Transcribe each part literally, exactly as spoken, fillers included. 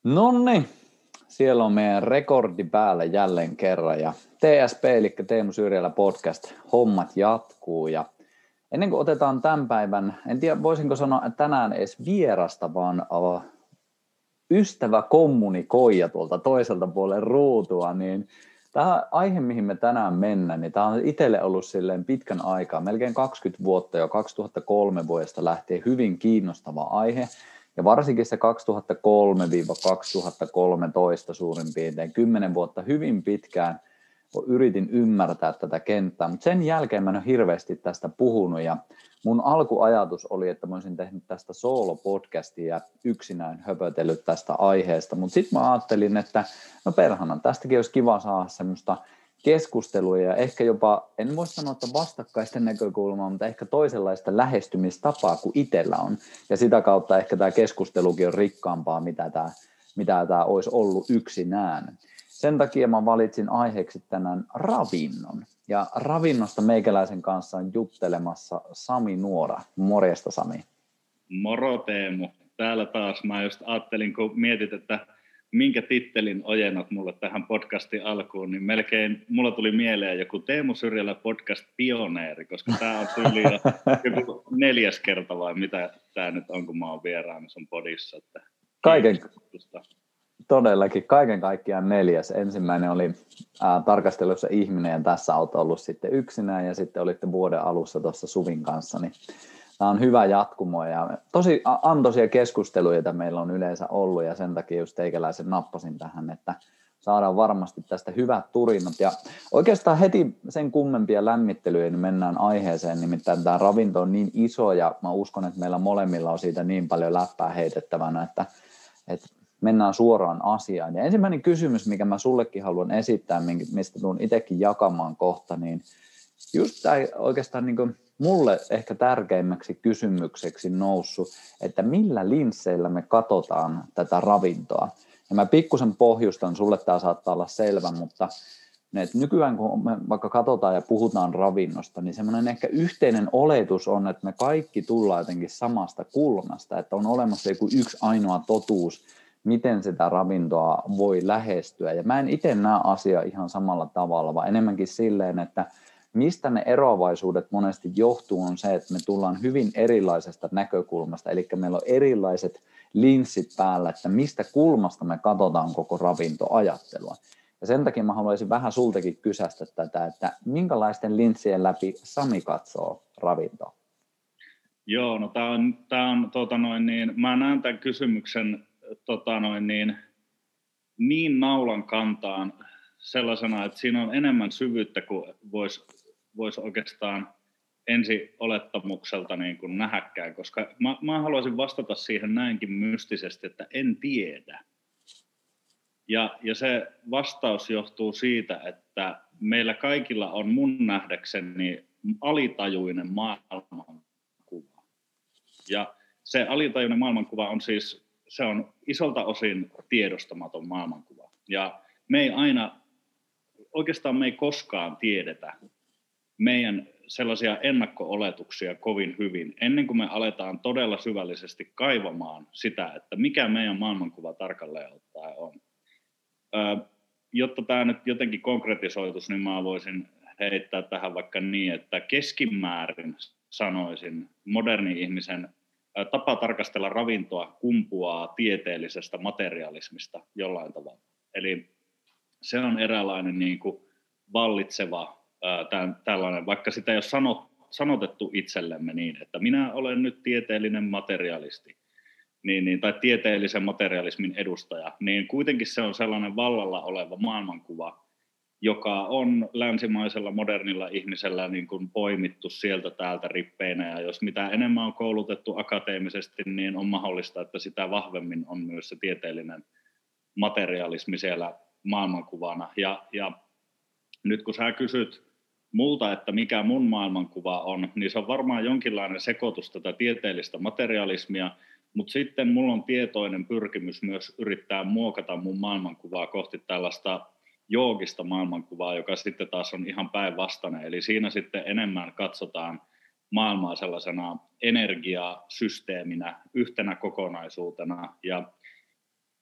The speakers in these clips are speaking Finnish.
Nonni, siellä on meidän rekordi päällä jälleen kerran ja T S P eli Teemu Syrjälä podcast, hommat jatkuu ja ennen kuin otetaan tämän päivän, en tiedä voisinko sanoa että tänään edes vierasta, vaan uh, ystävä kommunikoija tuolta toiselta puolen ruutua, niin tämä aihe, mihin me tänään mennään, niin tämä on itselle ollut silleen pitkän aikaa, melkein kaksikymmentä vuotta jo kaksituhattakolme vuodesta lähtien hyvin kiinnostava aihe. Ja varsinkin se kaksituhattakolme kaksituhattakolmetoista suurin piirtein kymmenen vuotta hyvin pitkään yritin ymmärtää tätä kenttää, mutta sen jälkeen mä en ole hirveästi tästä puhunut ja mun alkuajatus oli, että mä olisin tehnyt tästä solo-podcastia ja yksinään höpötellyt tästä aiheesta, mutta sitten mä ajattelin, että no perhana, tästäkin olisi kiva saada semmoista keskustelua ja ehkä jopa, en voi sanoa, että vastakkaisten näkökulmaa, mutta ehkä toisenlaista lähestymistapaa kuin itsellä on. Ja sitä kautta ehkä tämä keskustelukin on rikkaampaa, mitä tämä, mitä tämä olisi ollut yksinään. Sen takia mä valitsin aiheeksi tänään ravinnon. Ja ravinnosta meikäläisen kanssa on juttelemassa Sami Nuora. Morjesta Sami. Moro Teemu. Täällä taas mä just ajattelin, kun mietit, että minkä tittelin ojennat mulle tähän podcastin alkuun, niin melkein mulla tuli mieleen joku Teemu Syrjälä podcast pioneeri, koska tämä on tyyli jo joku neljäs kerta vai mitä tämä nyt on, kun mä oon vieraana sun podissa. Että Kaiken, todellakin, kaiken kaikkiaan neljäs. Ensimmäinen oli ää, tarkastelussa ihminen ja tässä olet ollut sitten yksinään ja sitten olitte vuoden alussa tuossa Suvin kanssa, niin tämä on hyvä jatkumo ja tosi antoisia keskusteluja, joita meillä on yleensä ollut ja sen takia just teikäläisen nappasin tähän, että saadaan varmasti tästä hyvät turinat. Ja oikeastaan heti sen kummempia lämmittelyjä niin mennään aiheeseen, nimittäin tämä ravinto on niin iso ja mä uskon, että meillä molemmilla on siitä niin paljon läppää heitettävänä, että, että mennään suoraan asiaan. Ja ensimmäinen kysymys, mikä mä sullekin haluan esittää, mistä tulen itsekin jakamaan kohta, niin just tämä oikeastaan niin kuin mulle ehkä tärkeimmäksi kysymykseksi noussut, että millä linsseillä me katsotaan tätä ravintoa. Ja mä pikkusen pohjustan, sulle tämä saattaa olla selvä, mutta että nykyään kun me vaikka katsotaan ja puhutaan ravinnosta, niin semmoinen ehkä yhteinen oletus on, että me kaikki tullaan jotenkin samasta kulmasta, että on olemassa joku yksi ainoa totuus, miten sitä ravintoa voi lähestyä. Ja mä en itse näe asiaa ihan samalla tavalla, vaan enemmänkin silleen, että mistä ne eroavaisuudet monesti johtuu on se, että me tullaan hyvin erilaisesta näkökulmasta, eli meillä on erilaiset linssit päällä, että mistä kulmasta me katsotaan koko ravintoajattelua. Ja sen takia mä haluaisin vähän sultakin kysästä tätä, että minkälaisten linssien läpi Sami katsoo ravintoa? Joo, no tää on, tää on tota noin niin, mä näen tämän kysymyksen tota noin niin, niin naulan kantaan sellaisena, että siinä on enemmän syvyyttä kuin voisi vois oikeastaan ensi olettamukselta niin kuin nähäkään, koska mä, mä haluaisin vastata siihen näinkin mystisesti, että en tiedä. Ja, ja se vastaus johtuu siitä, että meillä kaikilla on mun nähdäkseni alitajuinen maailmankuva. Ja se alitajuinen maailmankuva on siis, se on isolta osin tiedostamaton maailmankuva. Ja me ei aina, oikeastaan me ei koskaan tiedetä meidän sellaisia ennakko-oletuksia kovin hyvin, ennen kuin me aletaan todella syvällisesti kaivamaan sitä, että mikä meidän maailmankuva tarkalleen ottaen on. Ö, jotta tämä nyt jotenkin konkretisoitus, niin mä voisin heittää tähän vaikka niin, että keskimäärin sanoisin moderni ihmisen tapa tarkastella ravintoa kumpuaa tieteellisestä materialismista jollain tavalla. Eli se on eräänlainen niin kuin vallitseva ää, tällainen, vaikka sitä ei ole sanot, sanotettu itsellemme niin, että minä olen nyt tieteellinen materialisti, niin, niin, tai tieteellisen materialismin edustaja, niin kuitenkin se on sellainen vallalla oleva maailmankuva, joka on länsimaisella modernilla ihmisellä niin kuin poimittu sieltä täältä rippeinä, ja jos mitä enemmän on koulutettu akateemisesti, niin on mahdollista, että sitä vahvemmin on myös se tieteellinen materialismi siellä maailmankuvana. Ja, ja nyt kun sä kysyt multa, että mikä mun maailmankuva on, niin se on varmaan jonkinlainen sekoitus tätä tieteellistä materialismia, mutta sitten mulla on tietoinen pyrkimys myös yrittää muokata mun maailmankuvaa kohti tällaista joogista maailmankuvaa, joka sitten taas on ihan päinvastainen. Eli siinä sitten enemmän katsotaan maailmaa sellaisena energiasysteeminä, yhtenä kokonaisuutena. Ja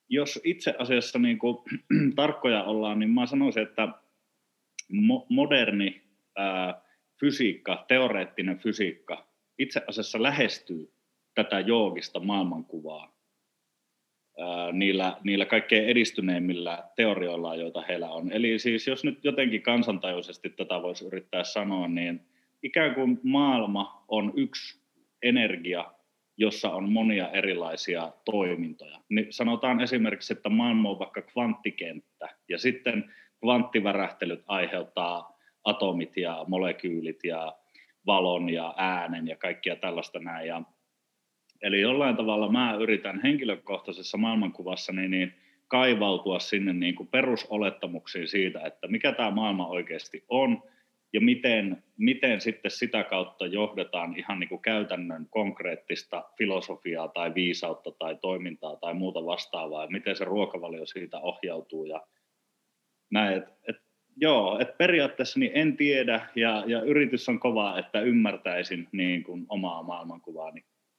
jos itse asiassa niin kuin, tarkkoja ollaan, niin mä sanoisin, että mo- moderni ää, fysiikka, teoreettinen fysiikka itse asiassa lähestyy tätä joogista maailmankuvaa ää, niillä, niillä kaikkein edistyneimmillä teorioilla, joita heillä on. Eli siis jos nyt jotenkin kansantajuisesti tätä voisi yrittää sanoa, niin ikään kuin maailma on yksi energia, jossa on monia erilaisia toimintoja. Niin sanotaan esimerkiksi, että maailma on vaikka kvanttikenttä, ja sitten kvanttivärähtelyt aiheuttaa atomit ja molekyylit ja valon ja äänen ja kaikkia tällaista näin. Ja eli jollain tavalla mä yritän henkilökohtaisessa maailmankuvassani niin kaivautua sinne niin kuin perusolettamuksiin siitä, että mikä tämä maailma oikeasti on, ja miten, miten sitten sitä kautta johdetaan ihan niin kuin käytännön konkreettista filosofiaa tai viisautta tai toimintaa tai muuta vastaavaa, ja miten se ruokavalio siitä ohjautuu. Ja näin, et, et, joo, et periaatteessa niin en tiedä, ja, ja yritys on kova, että ymmärtäisin niin kuin omaa maailmankuvaani.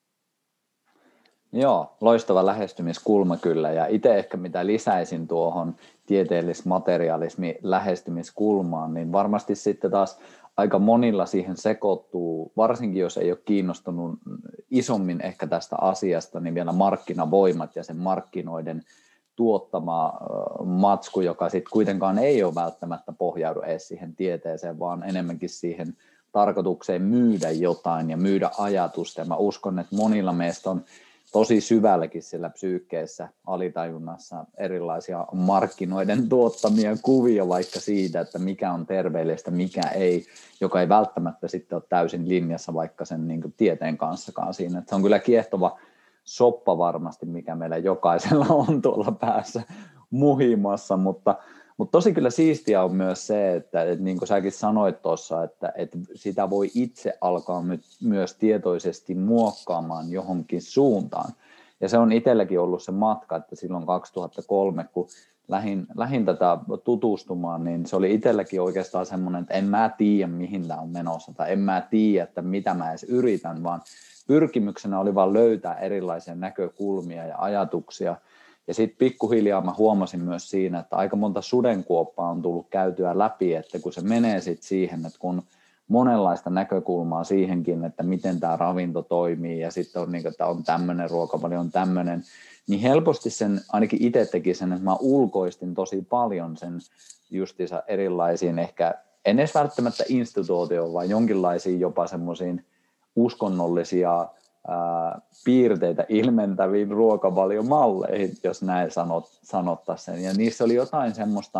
Joo, loistava lähestymiskulma kyllä, ja itse ehkä mitä lisäisin tuohon tieteellis-materialismi lähestymiskulmaan, niin varmasti sitten taas aika monilla siihen sekoittuu, varsinkin jos ei ole kiinnostunut isommin ehkä tästä asiasta, niin vielä markkinavoimat ja sen markkinoiden tuottama matsku, joka sitten kuitenkaan ei ole välttämättä pohjaudu edes siihen tieteeseen, vaan enemmänkin siihen tarkoitukseen myydä jotain ja myydä ajatusta. Ja mä uskon, että monilla meistä on tosi syvälläkin siellä psyykkeessä, alitajunnassa erilaisia markkinoiden tuottamia kuvia vaikka siitä, että mikä on terveellistä, mikä ei, joka ei välttämättä sitten ole täysin linjassa vaikka sen niin kuin tieteen kanssakaan siinä. Että se on kyllä kiehtova soppa varmasti, mikä meillä jokaisella on tuolla päässä muhimassa, mutta Mutta tosi kyllä siistiä on myös se, että, että niin kuin säkin sanoit tuossa, että, että sitä voi itse alkaa myös tietoisesti muokkaamaan johonkin suuntaan. Ja se on itselläkin ollut se matka, että silloin kaksituhattakolme, kun lähdin, lähdin tätä tutustumaan, niin se oli itselläkin oikeastaan semmoinen, että en mä tiedä, mihin tämä on menossa, tai en mä tiedä, että mitä mä edes yritän, vaan pyrkimyksenä oli vaan löytää erilaisia näkökulmia ja ajatuksia. Ja sitten pikkuhiljaa mä huomasin myös siinä, että aika monta sudenkuoppaa on tullut käytyä läpi, että kun se menee sitten siihen, että kun monenlaista näkökulmaa siihenkin, että miten tämä ravinto toimii ja sitten on, niin, että on tämmöinen ruokavalio, on tämmöinen, niin helposti sen, ainakin itse teki sen, että mä ulkoistin tosi paljon sen justiinsa erilaisiin ehkä, en edes välttämättä instituutioon, vaan jonkinlaisiin jopa semmoisiin uskonnollisia Ää, piirteitä ilmentäviin ruokavaliomalleihin, jos näin sanot, sanottaisiin. Ja niissä oli jotain semmoista,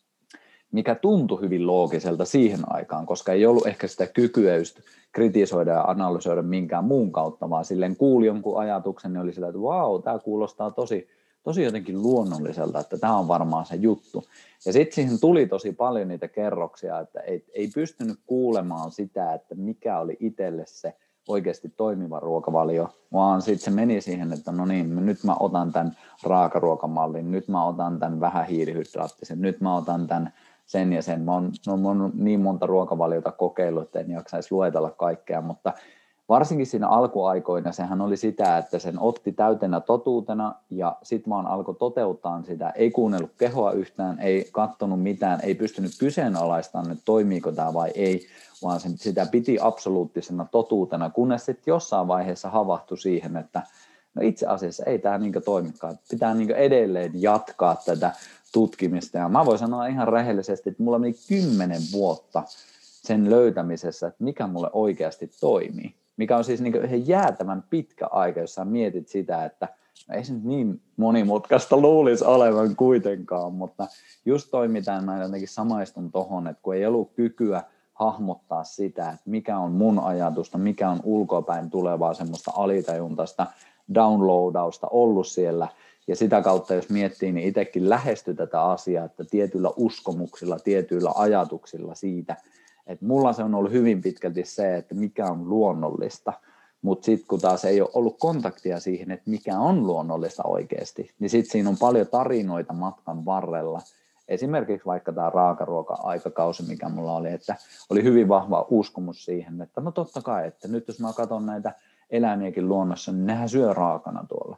mikä tuntui hyvin loogiselta siihen aikaan, koska ei ollut ehkä sitä kykyä just kritisoida ja analysoida minkään muun kautta, vaan silleen kuuli jonkun ajatuksen, niin oli sillä, että vau, wow, tämä kuulostaa tosi, tosi jotenkin luonnolliselta, että tämä on varmaan se juttu. Ja sitten siihen tuli tosi paljon niitä kerroksia, että ei, ei pystynyt kuulemaan sitä, että mikä oli itselle se oikeasti toimiva ruokavalio, vaan sitten se meni siihen, että no niin, nyt mä otan tämän raakaruokamallin, nyt mä otan tämän vähän hiilihydraattisen, nyt mä otan tämän sen ja sen. Mä oon, no, mä oon niin monta ruokavaliota kokeillut, että en jaksaisi luetella kaikkea, mutta varsinkin siinä alkuaikoina sehän oli sitä, että sen otti täytenä totuutena ja sitten vaan alkoi toteuttaa sitä, ei kuunnellut kehoa yhtään, ei katsonut mitään, ei pystynyt kyseenalaistamaan, että toimiiko tämä vai ei, vaan sen, sitä piti absoluuttisena totuutena, kunnes sitten jossain vaiheessa havahtui siihen, että no itse asiassa ei tämä niin toimikaan, pitää niin edelleen jatkaa tätä tutkimista. Ja mä voin sanoa ihan rehellisesti, että mulla meni kymmenen vuotta sen löytämisessä, että mikä mulle oikeasti toimii. Mikä on siis niin ihan jäätävän pitkä aika, jos sä mietit sitä, että no ei se nyt niin monimutkaista luulisi olevan kuitenkaan, mutta just toimitaan näin jotenkin samaistun tohon, että kun ei ollut kykyä hahmottaa sitä, että mikä on mun ajatusta, mikä on ulkopäin tulevaa semmoista alitajuntaista downloadausta ollut siellä, ja sitä kautta, jos miettii, niin itsekin lähestyi tätä asiaa, että tietyillä uskomuksilla, tietyillä ajatuksilla siitä, että mulla se on ollut hyvin pitkälti se, että mikä on luonnollista, mutta sitten kun taas ei ole ollut kontaktia siihen, että mikä on luonnollista oikeasti, niin sitten siinä on paljon tarinoita matkan varrella. Esimerkiksi vaikka tämä raakaruoka-aikakausi, mikä mulla oli, että oli hyvin vahva uskomus siihen, että no totta kai, että nyt jos mä katson näitä eläimiäkin luonnossa, niin nehän syö raakana tuolla.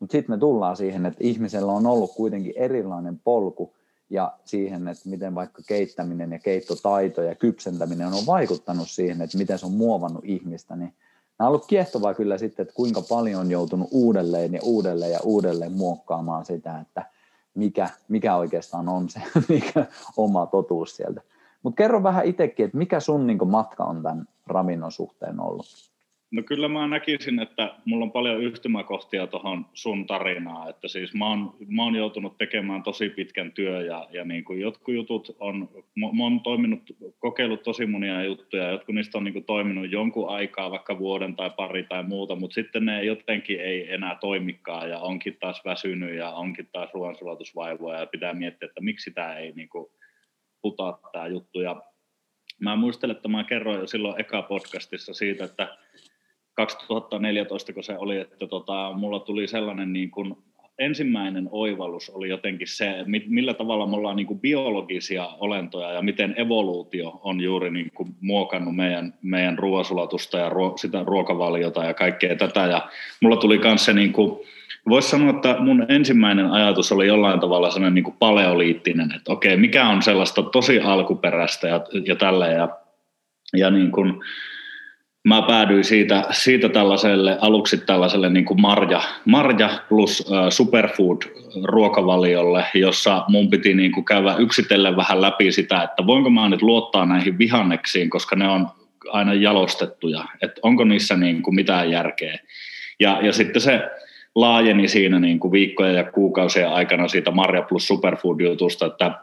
Mutta sitten me tullaan siihen, että ihmisellä on ollut kuitenkin erilainen polku ja siihen, että miten vaikka keittäminen ja keittotaito ja kypsentäminen on vaikuttanut siihen, että miten se on muovannut ihmistä, niin nämä on ollut kiehtovaa kyllä sitten, että kuinka paljon on joutunut uudelleen ja uudelleen ja uudelleen muokkaamaan sitä, että mikä, mikä oikeastaan on se mikä oma totuus sieltä. Mutta kerro vähän itsekin, että mikä sun niin kuin matka on tämän ravinnon suhteen ollut? No kyllä mä näkisin, että mulla on paljon yhtymäkohtia tuohon sun tarinaan, että siis mä oon, mä oon joutunut tekemään tosi pitkän työn ja, ja niin kuin jotkut jutut on, mä oon toiminut, kokeillut tosi monia juttuja, jotkut niistä on niin kuin toiminut jonkun aikaa, vaikka vuoden tai pari tai muuta, mutta sitten ne jotenkin ei enää toimikaan ja onkin taas väsynyt ja onkin taas ruoansulatusvaivoja ja pitää miettiä, että miksi tämä ei niin kuin putaa tämä juttu. Ja mä muistelen, että mä kerroin jo silloin eka podcastissa siitä, että kaksituhattaneljätoista, kun se oli, että tota, mulla tuli sellainen niin kuin ensimmäinen oivallus oli jotenkin se, millä tavalla me ollaan niin kuin biologisia olentoja ja miten evoluutio on juuri niin kuin muokannut meidän, meidän ruoansulatusta ja ruo, sitä ruokavaliota ja kaikkea tätä. Ja mulla tuli myös se, niin kuin, voisi sanoa, että mun ensimmäinen ajatus oli jollain tavalla sellainen niin kuin paleoliittinen, että okei, mikä on sellaista tosi alkuperäistä ja, ja tällä ja, ja niin kuin mä päädyin siitä, siitä tällaiselle, aluksi tällaiselle niin kuin marja, marja plus uh, superfood-ruokavaliolle, jossa mun piti niin kuin käydä yksitellen vähän läpi sitä, että voinko mä nyt luottaa näihin vihanneksiin, koska ne on aina jalostettuja, että onko niissä niin kuin mitään järkeä. Ja, ja sitten se laajeni siinä niin kuin viikkojen ja kuukausien aikana siitä marja plus superfood-jutusta, että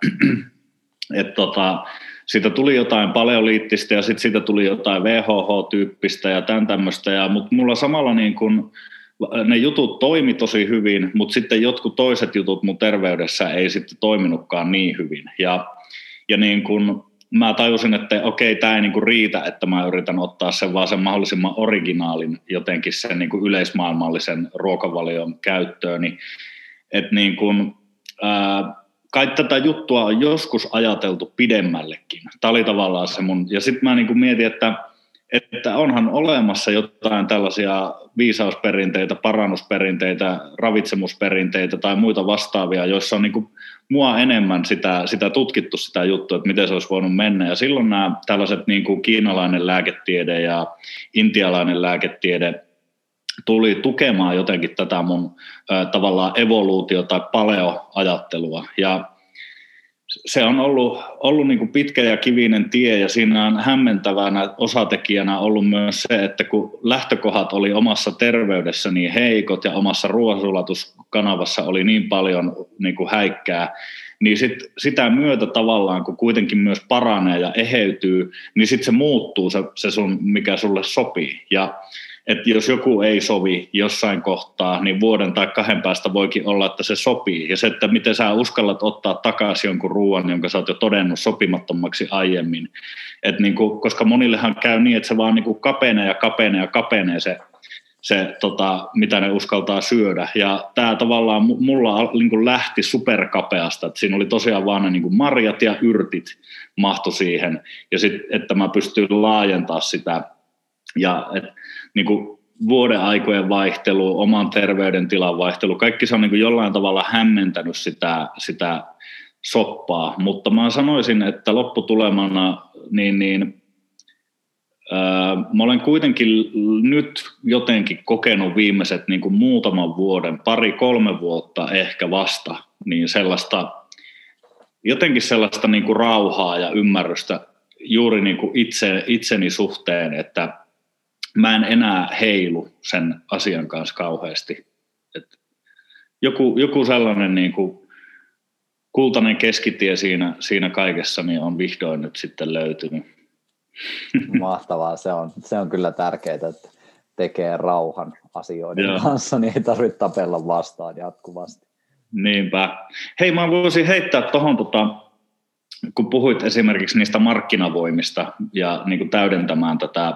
et tota, siitä tuli jotain paleoliittista ja sitten siitä tuli jotain W H H-tyyppistä ja tämän tämmöistä, mutta mulla samalla niin kun, ne jutut toimi tosi hyvin, mutta sitten jotkut toiset jutut mun terveydessä ei sitten toiminutkaan niin hyvin. Ja, ja niin kun mä tajusin, että okei, tämä ei niin kun riitä, että mä yritän ottaa sen vaan sen mahdollisimman originaalin jotenkin sen niin kun yleismaailmallisen ruokavalion käyttöön, niin, että niin kun, ää, kai tätä juttua on joskus ajateltu pidemmällekin. Tämä oli tavallaan se mun, ja sitten mä niin kuin mietin, että, että onhan olemassa jotain tällaisia viisausperinteitä, parannusperinteitä, ravitsemusperinteitä tai muita vastaavia, joissa on niin kuin mua enemmän sitä, sitä tutkittu sitä juttua, että miten se olisi voinut mennä. Ja silloin nämä tällaiset niin kuin kiinalainen lääketiede ja intialainen lääketiede tuli tukemaan jotenkin tätä mun ä, tavallaan evoluutio- tai paleo-ajattelua. Ja se on ollut, ollut niin kuin pitkä ja kivinen tie, ja siinä on hämmentävänä osatekijänä ollut myös se, että kun lähtökohdat oli omassa terveydessä niin heikot ja omassa ruoansulatuskanavassa oli niin paljon niin kuin häikkää, niin sit, sitä myötä tavallaan, kun kuitenkin myös paranee ja eheytyy, niin sitten se muuttuu se, se sun, mikä sulle sopii. Ja että jos joku ei sovi jossain kohtaa, niin vuoden tai kahden päästä voikin olla, että se sopii. Ja se, että miten sä uskallat ottaa takaisin jonkun ruoan, jonka sä oot jo todennut sopimattomaksi aiemmin. Et niin kuin, koska monillehan käy niin, että se vaan niin kuin kapenee ja kapenee ja kapenee se, se tota, mitä ne uskaltaa syödä. Ja tämä tavallaan mulla niin kuin lähti superkapeasta. Että siinä oli tosiaan vaan ne niin kuin marjat ja yrtit mahtu siihen. Ja sitten, että mä pystyin laajentamaan sitä. Ja et, niin kuin vuoden aikojen vaihtelu, oman terveydentilan vaihtelu, kaikki se on niin kuin jollain tavalla hämmentänyt sitä, sitä soppaa, mutta mä sanoisin, että lopputulemana niin, niin, ää, mä olen kuitenkin nyt jotenkin kokenut viimeiset niin kuin muutaman vuoden, pari kolme vuotta ehkä vasta, niin sellaista, jotenkin sellaista niin kuin rauhaa ja ymmärrystä juuri niin kuin itse, itseni suhteen, että mä en enää heilu sen asian kanssa kauheasti. Et joku, joku sellainen niin kuin kultainen keskitie siinä, siinä kaikessa niin on vihdoin nyt sitten löytynyt. Mahtavaa, se on, se on kyllä tärkeää, että tekee rauhan asioiden Joo. kanssa, niin ei tarvitse tapella vastaan jatkuvasti. Niinpä. Hei, mä voisin heittää tuohon, tota, kun puhuit esimerkiksi niistä markkinavoimista ja niin kuin täydentämään tätä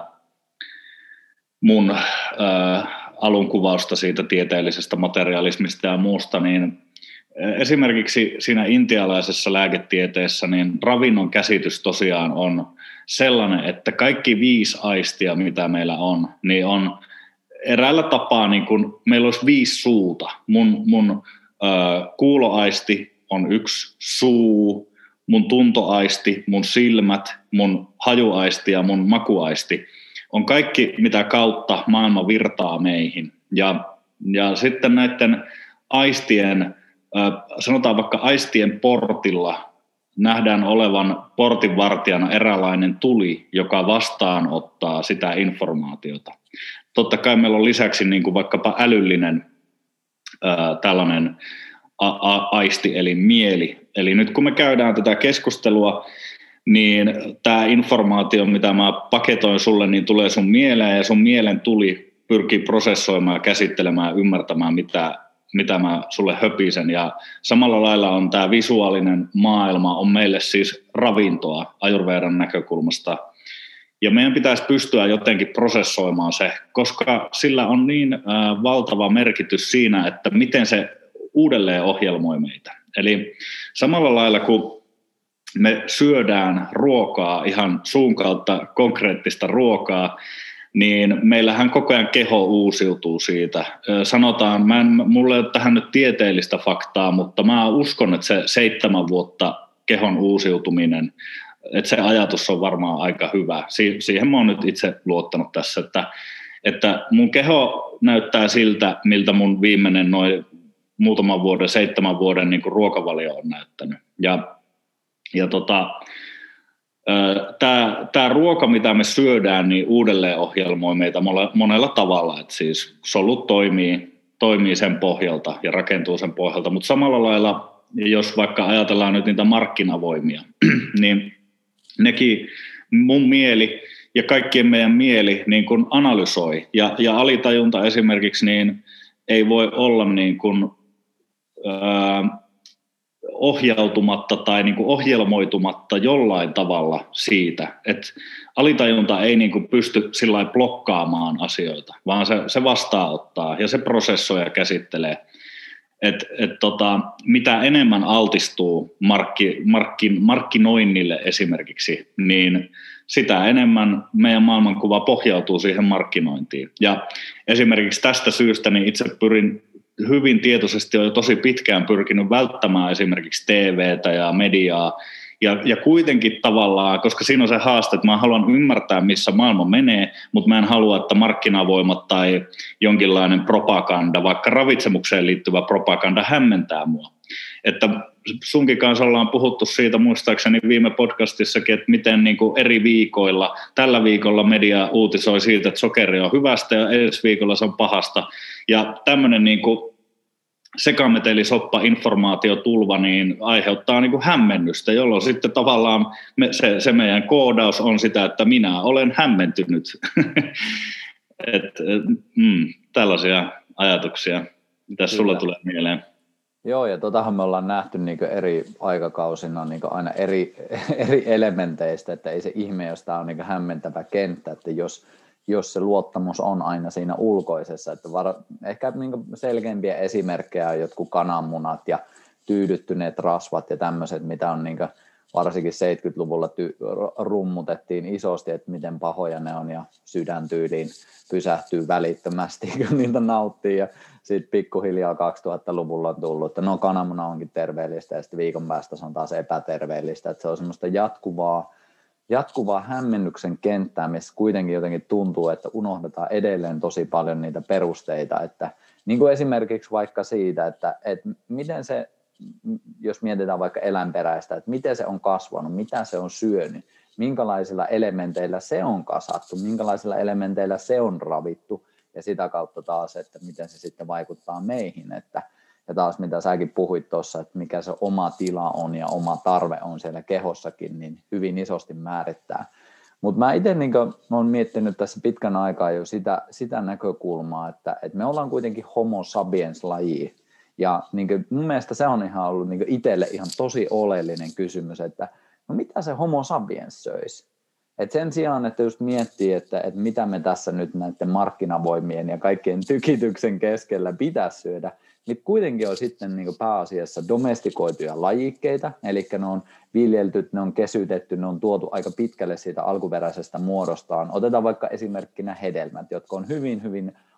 mun äh, alunkuvausta siitä tieteellisestä materialismista ja muusta, niin esimerkiksi siinä intialaisessa lääketieteessä niin ravinnon käsitys tosiaan on sellainen, että kaikki viisi aistia, mitä meillä on, niin on eräällä tapaa niin kun meillä olisi viisi suuta. Mun, mun ö, kuuloaisti on yksi suu, mun tuntoaisti, mun silmät, mun hajuaisti ja mun makuaisti on kaikki, mitä kautta maailma virtaa meihin. Ja, ja sitten näiden aistien, sanotaan vaikka aistien portilla, nähdään olevan portinvartijana eräänlainen tuli, joka vastaanottaa sitä informaatiota. Totta kai meillä on lisäksi niin kuin vaikkapa älyllinen ää, tällainen a- a- aisti, eli mieli. Eli nyt kun me käydään tätä keskustelua, niin tämä informaatio, mitä mä paketoin sulle, niin tulee sun mieleen, ja sun mielen tuli pyrkii prosessoimaan, käsittelemään, ymmärtämään, mitä, mitä mä sulle höpisen. Ja samalla lailla on tämä visuaalinen maailma, on meille siis ravintoa Ayurvedan näkökulmasta. Ja meidän pitäisi pystyä jotenkin prosessoimaan se, koska sillä on niin äh, valtava merkitys siinä, että miten se uudelleen ohjelmoi meitä. Eli samalla lailla kuin me syödään ruokaa, ihan suun kautta konkreettista ruokaa, niin meillähän koko ajan keho uusiutuu siitä. Sanotaan, mä en, mulla ei ole tähän nyt tieteellistä faktaa, mutta mä uskon, että se seitsemän vuotta kehon uusiutuminen, että se ajatus on varmaan aika hyvä. Si- siihen mä oon nyt itse luottanut tässä, että, että mun keho näyttää siltä, miltä mun viimeinen noin muutaman vuoden, seitsemän vuoden niin kuin ruokavalio on näyttänyt. Ja, ja tota, Tämä, tämä ruoka, mitä me syödään, niin uudelleen ohjelmoi meitä monella tavalla. Et siis solut toimii, toimii sen pohjalta ja rakentuu sen pohjalta, mutta samalla lailla, jos vaikka ajatellaan nyt niitä markkinavoimia, niin nekin mun mieli ja kaikkien meidän mieli niin kuin analysoi. Ja, ja alitajunta esimerkiksi niin ei voi olla niin kuin, ää, ohjautumatta tai niin kuin ohjelmoitumatta jollain tavalla siitä, että alitajunta ei niin kuin pysty sillä lailla blokkaamaan asioita, vaan se, se vastaanottaa ja se prosessoi ja käsittelee. Et, et tota, mitä enemmän altistuu markki, markkin, markkinoinnille esimerkiksi, niin sitä enemmän meidän maailmankuva pohjautuu siihen markkinointiin. Ja esimerkiksi tästä syystä niin itse pyrin hyvin tietoisesti on jo tosi pitkään pyrkinyt välttämään esimerkiksi T V:tä ja mediaa, ja, ja kuitenkin tavallaan, koska siinä on se haaste, että mä haluan ymmärtää, missä maailma menee, mutta mä en halua, että markkinavoimat tai jonkinlainen propaganda, vaikka ravitsemukseen liittyvä propaganda hämmentää mua. Että sunkin kanssa ollaan puhuttu siitä muistaakseni viime podcastissakin, että miten niin kuin eri viikoilla, tällä viikolla media uutisoi siitä, että sokeri on hyvästä ja edes viikolla se on pahasta. Ja tämmöinen niin kuin sekametelisoppa informaatiotulva niin aiheuttaa niin kuin hämmennystä, jolloin sitten tavallaan me, se, se meidän koodaus on sitä, että minä olen hämmentynyt. et, et, mm, tällaisia ajatuksia. Mitäs sulla tulee mieleen? Joo, ja totahan me ollaan nähty niin eri aikakausina niin aina eri, eri elementeistä, että ei se ihme, jos tämä on niin hämmentävä kenttä, että jos, jos se luottamus on aina siinä ulkoisessa, että var, ehkä niin selkeimpiä esimerkkejä on jotkut kananmunat ja tyydyttyneet rasvat ja tämmöiset, mitä on niin varsinkin seitsemänkymmentäluvulla ty- rummutettiin isosti, että miten pahoja ne on ja sydäntyyliin pysähtyy välittömästi, kun niitä nauttii ja sitten pikkuhiljaa kaksituhattaluvulla on tullut, että no kananmuna onkin terveellistä ja sitten viikon päästä se on taas epäterveellistä, että se on semmoista jatkuvaa, jatkuvaa hämmennyksen kenttää, missä kuitenkin jotenkin tuntuu, että unohdetaan edelleen tosi paljon niitä perusteita, että niin kuin esimerkiksi vaikka siitä, että, että miten se, jos mietitään vaikka eläinperäistä, että miten se on kasvanut, mitä se on syönyt, minkälaisilla elementeillä se on kasattu, minkälaisilla elementeillä se on ravittu, ja sitä kautta taas, että miten se sitten vaikuttaa meihin, että, ja taas mitä säkin puhuit tuossa, että mikä se oma tila on ja oma tarve on siellä kehossakin, niin hyvin isosti määrittää. Mutta mä itse niin olen miettinyt tässä pitkän aikaa jo sitä, sitä näkökulmaa, että, että me ollaan kuitenkin homo sapiens-laji, ja niin kuin, mun mielestä se on ihan ollut niin itselle ihan tosi oleellinen kysymys, että no mitä se homo sapiens söisi? Et sen sijaan, että just miettii, että, että mitä me tässä nyt näiden markkinavoimien ja kaikkien tykityksen keskellä pitäisi syödä, niin kuitenkin on sitten niin kuin pääasiassa domestikoituja lajikkeita, eli ne on viljelty, ne on kesytetty, ne on tuotu aika pitkälle siitä alkuperäisestä muodostaan. Otetaan vaikka esimerkkinä hedelmät, jotka on hyvin, hyvin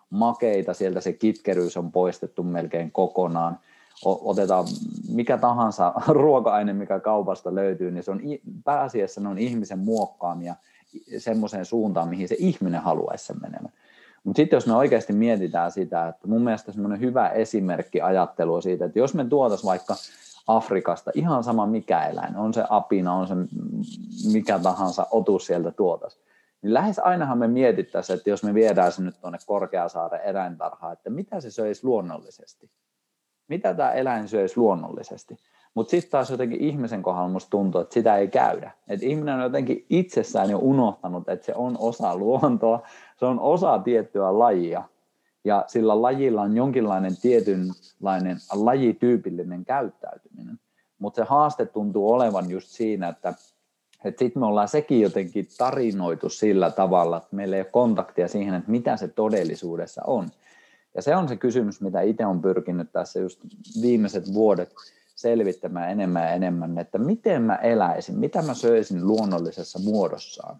makeita, sieltä se kitkeryys on poistettu melkein kokonaan. Otetaan mikä tahansa ruoka-aine, mikä kaupasta löytyy, niin se on pääasiassa ne on ihmisen muokkaamia semmoiseen suuntaan, mihin se ihminen haluaisi sen menemään. Mutta sitten jos me oikeasti mietitään sitä, että mun mielestä semmoinen hyvä esimerkki ajattelua siitä, että jos me tuotaisiin vaikka Afrikasta ihan sama mikä eläin, on se apina, on se mikä tahansa otus sieltä tuotaisiin, niin lähes ainahan me mietittäisiin, että jos me viedään se nyt tuonne Korkeasaaren eläintarhaan, että mitä se söisi luonnollisesti. Mitä tämä eläin söisi luonnollisesti. Mutta sitten taas jotenkin ihmisen kohdalla musta tuntuu, että sitä ei käydä. Et ihminen on jotenkin itsessään jo unohtanut, että se on osa luontoa, se on osa tiettyä lajia. Ja sillä lajilla on jonkinlainen tietynlainen lajityypillinen käyttäytyminen. Mutta se haaste tuntuu olevan just siinä, että että sitten me ollaan sekin jotenkin tarinoitu sillä tavalla, että meillä ei ole kontaktia siihen, että mitä se todellisuudessa on. Ja se on se kysymys, mitä itse olen pyrkinyt tässä just viimeiset vuodet selvittämään enemmän ja enemmän, että miten mä eläisin, mitä mä söisin luonnollisessa muodossaan.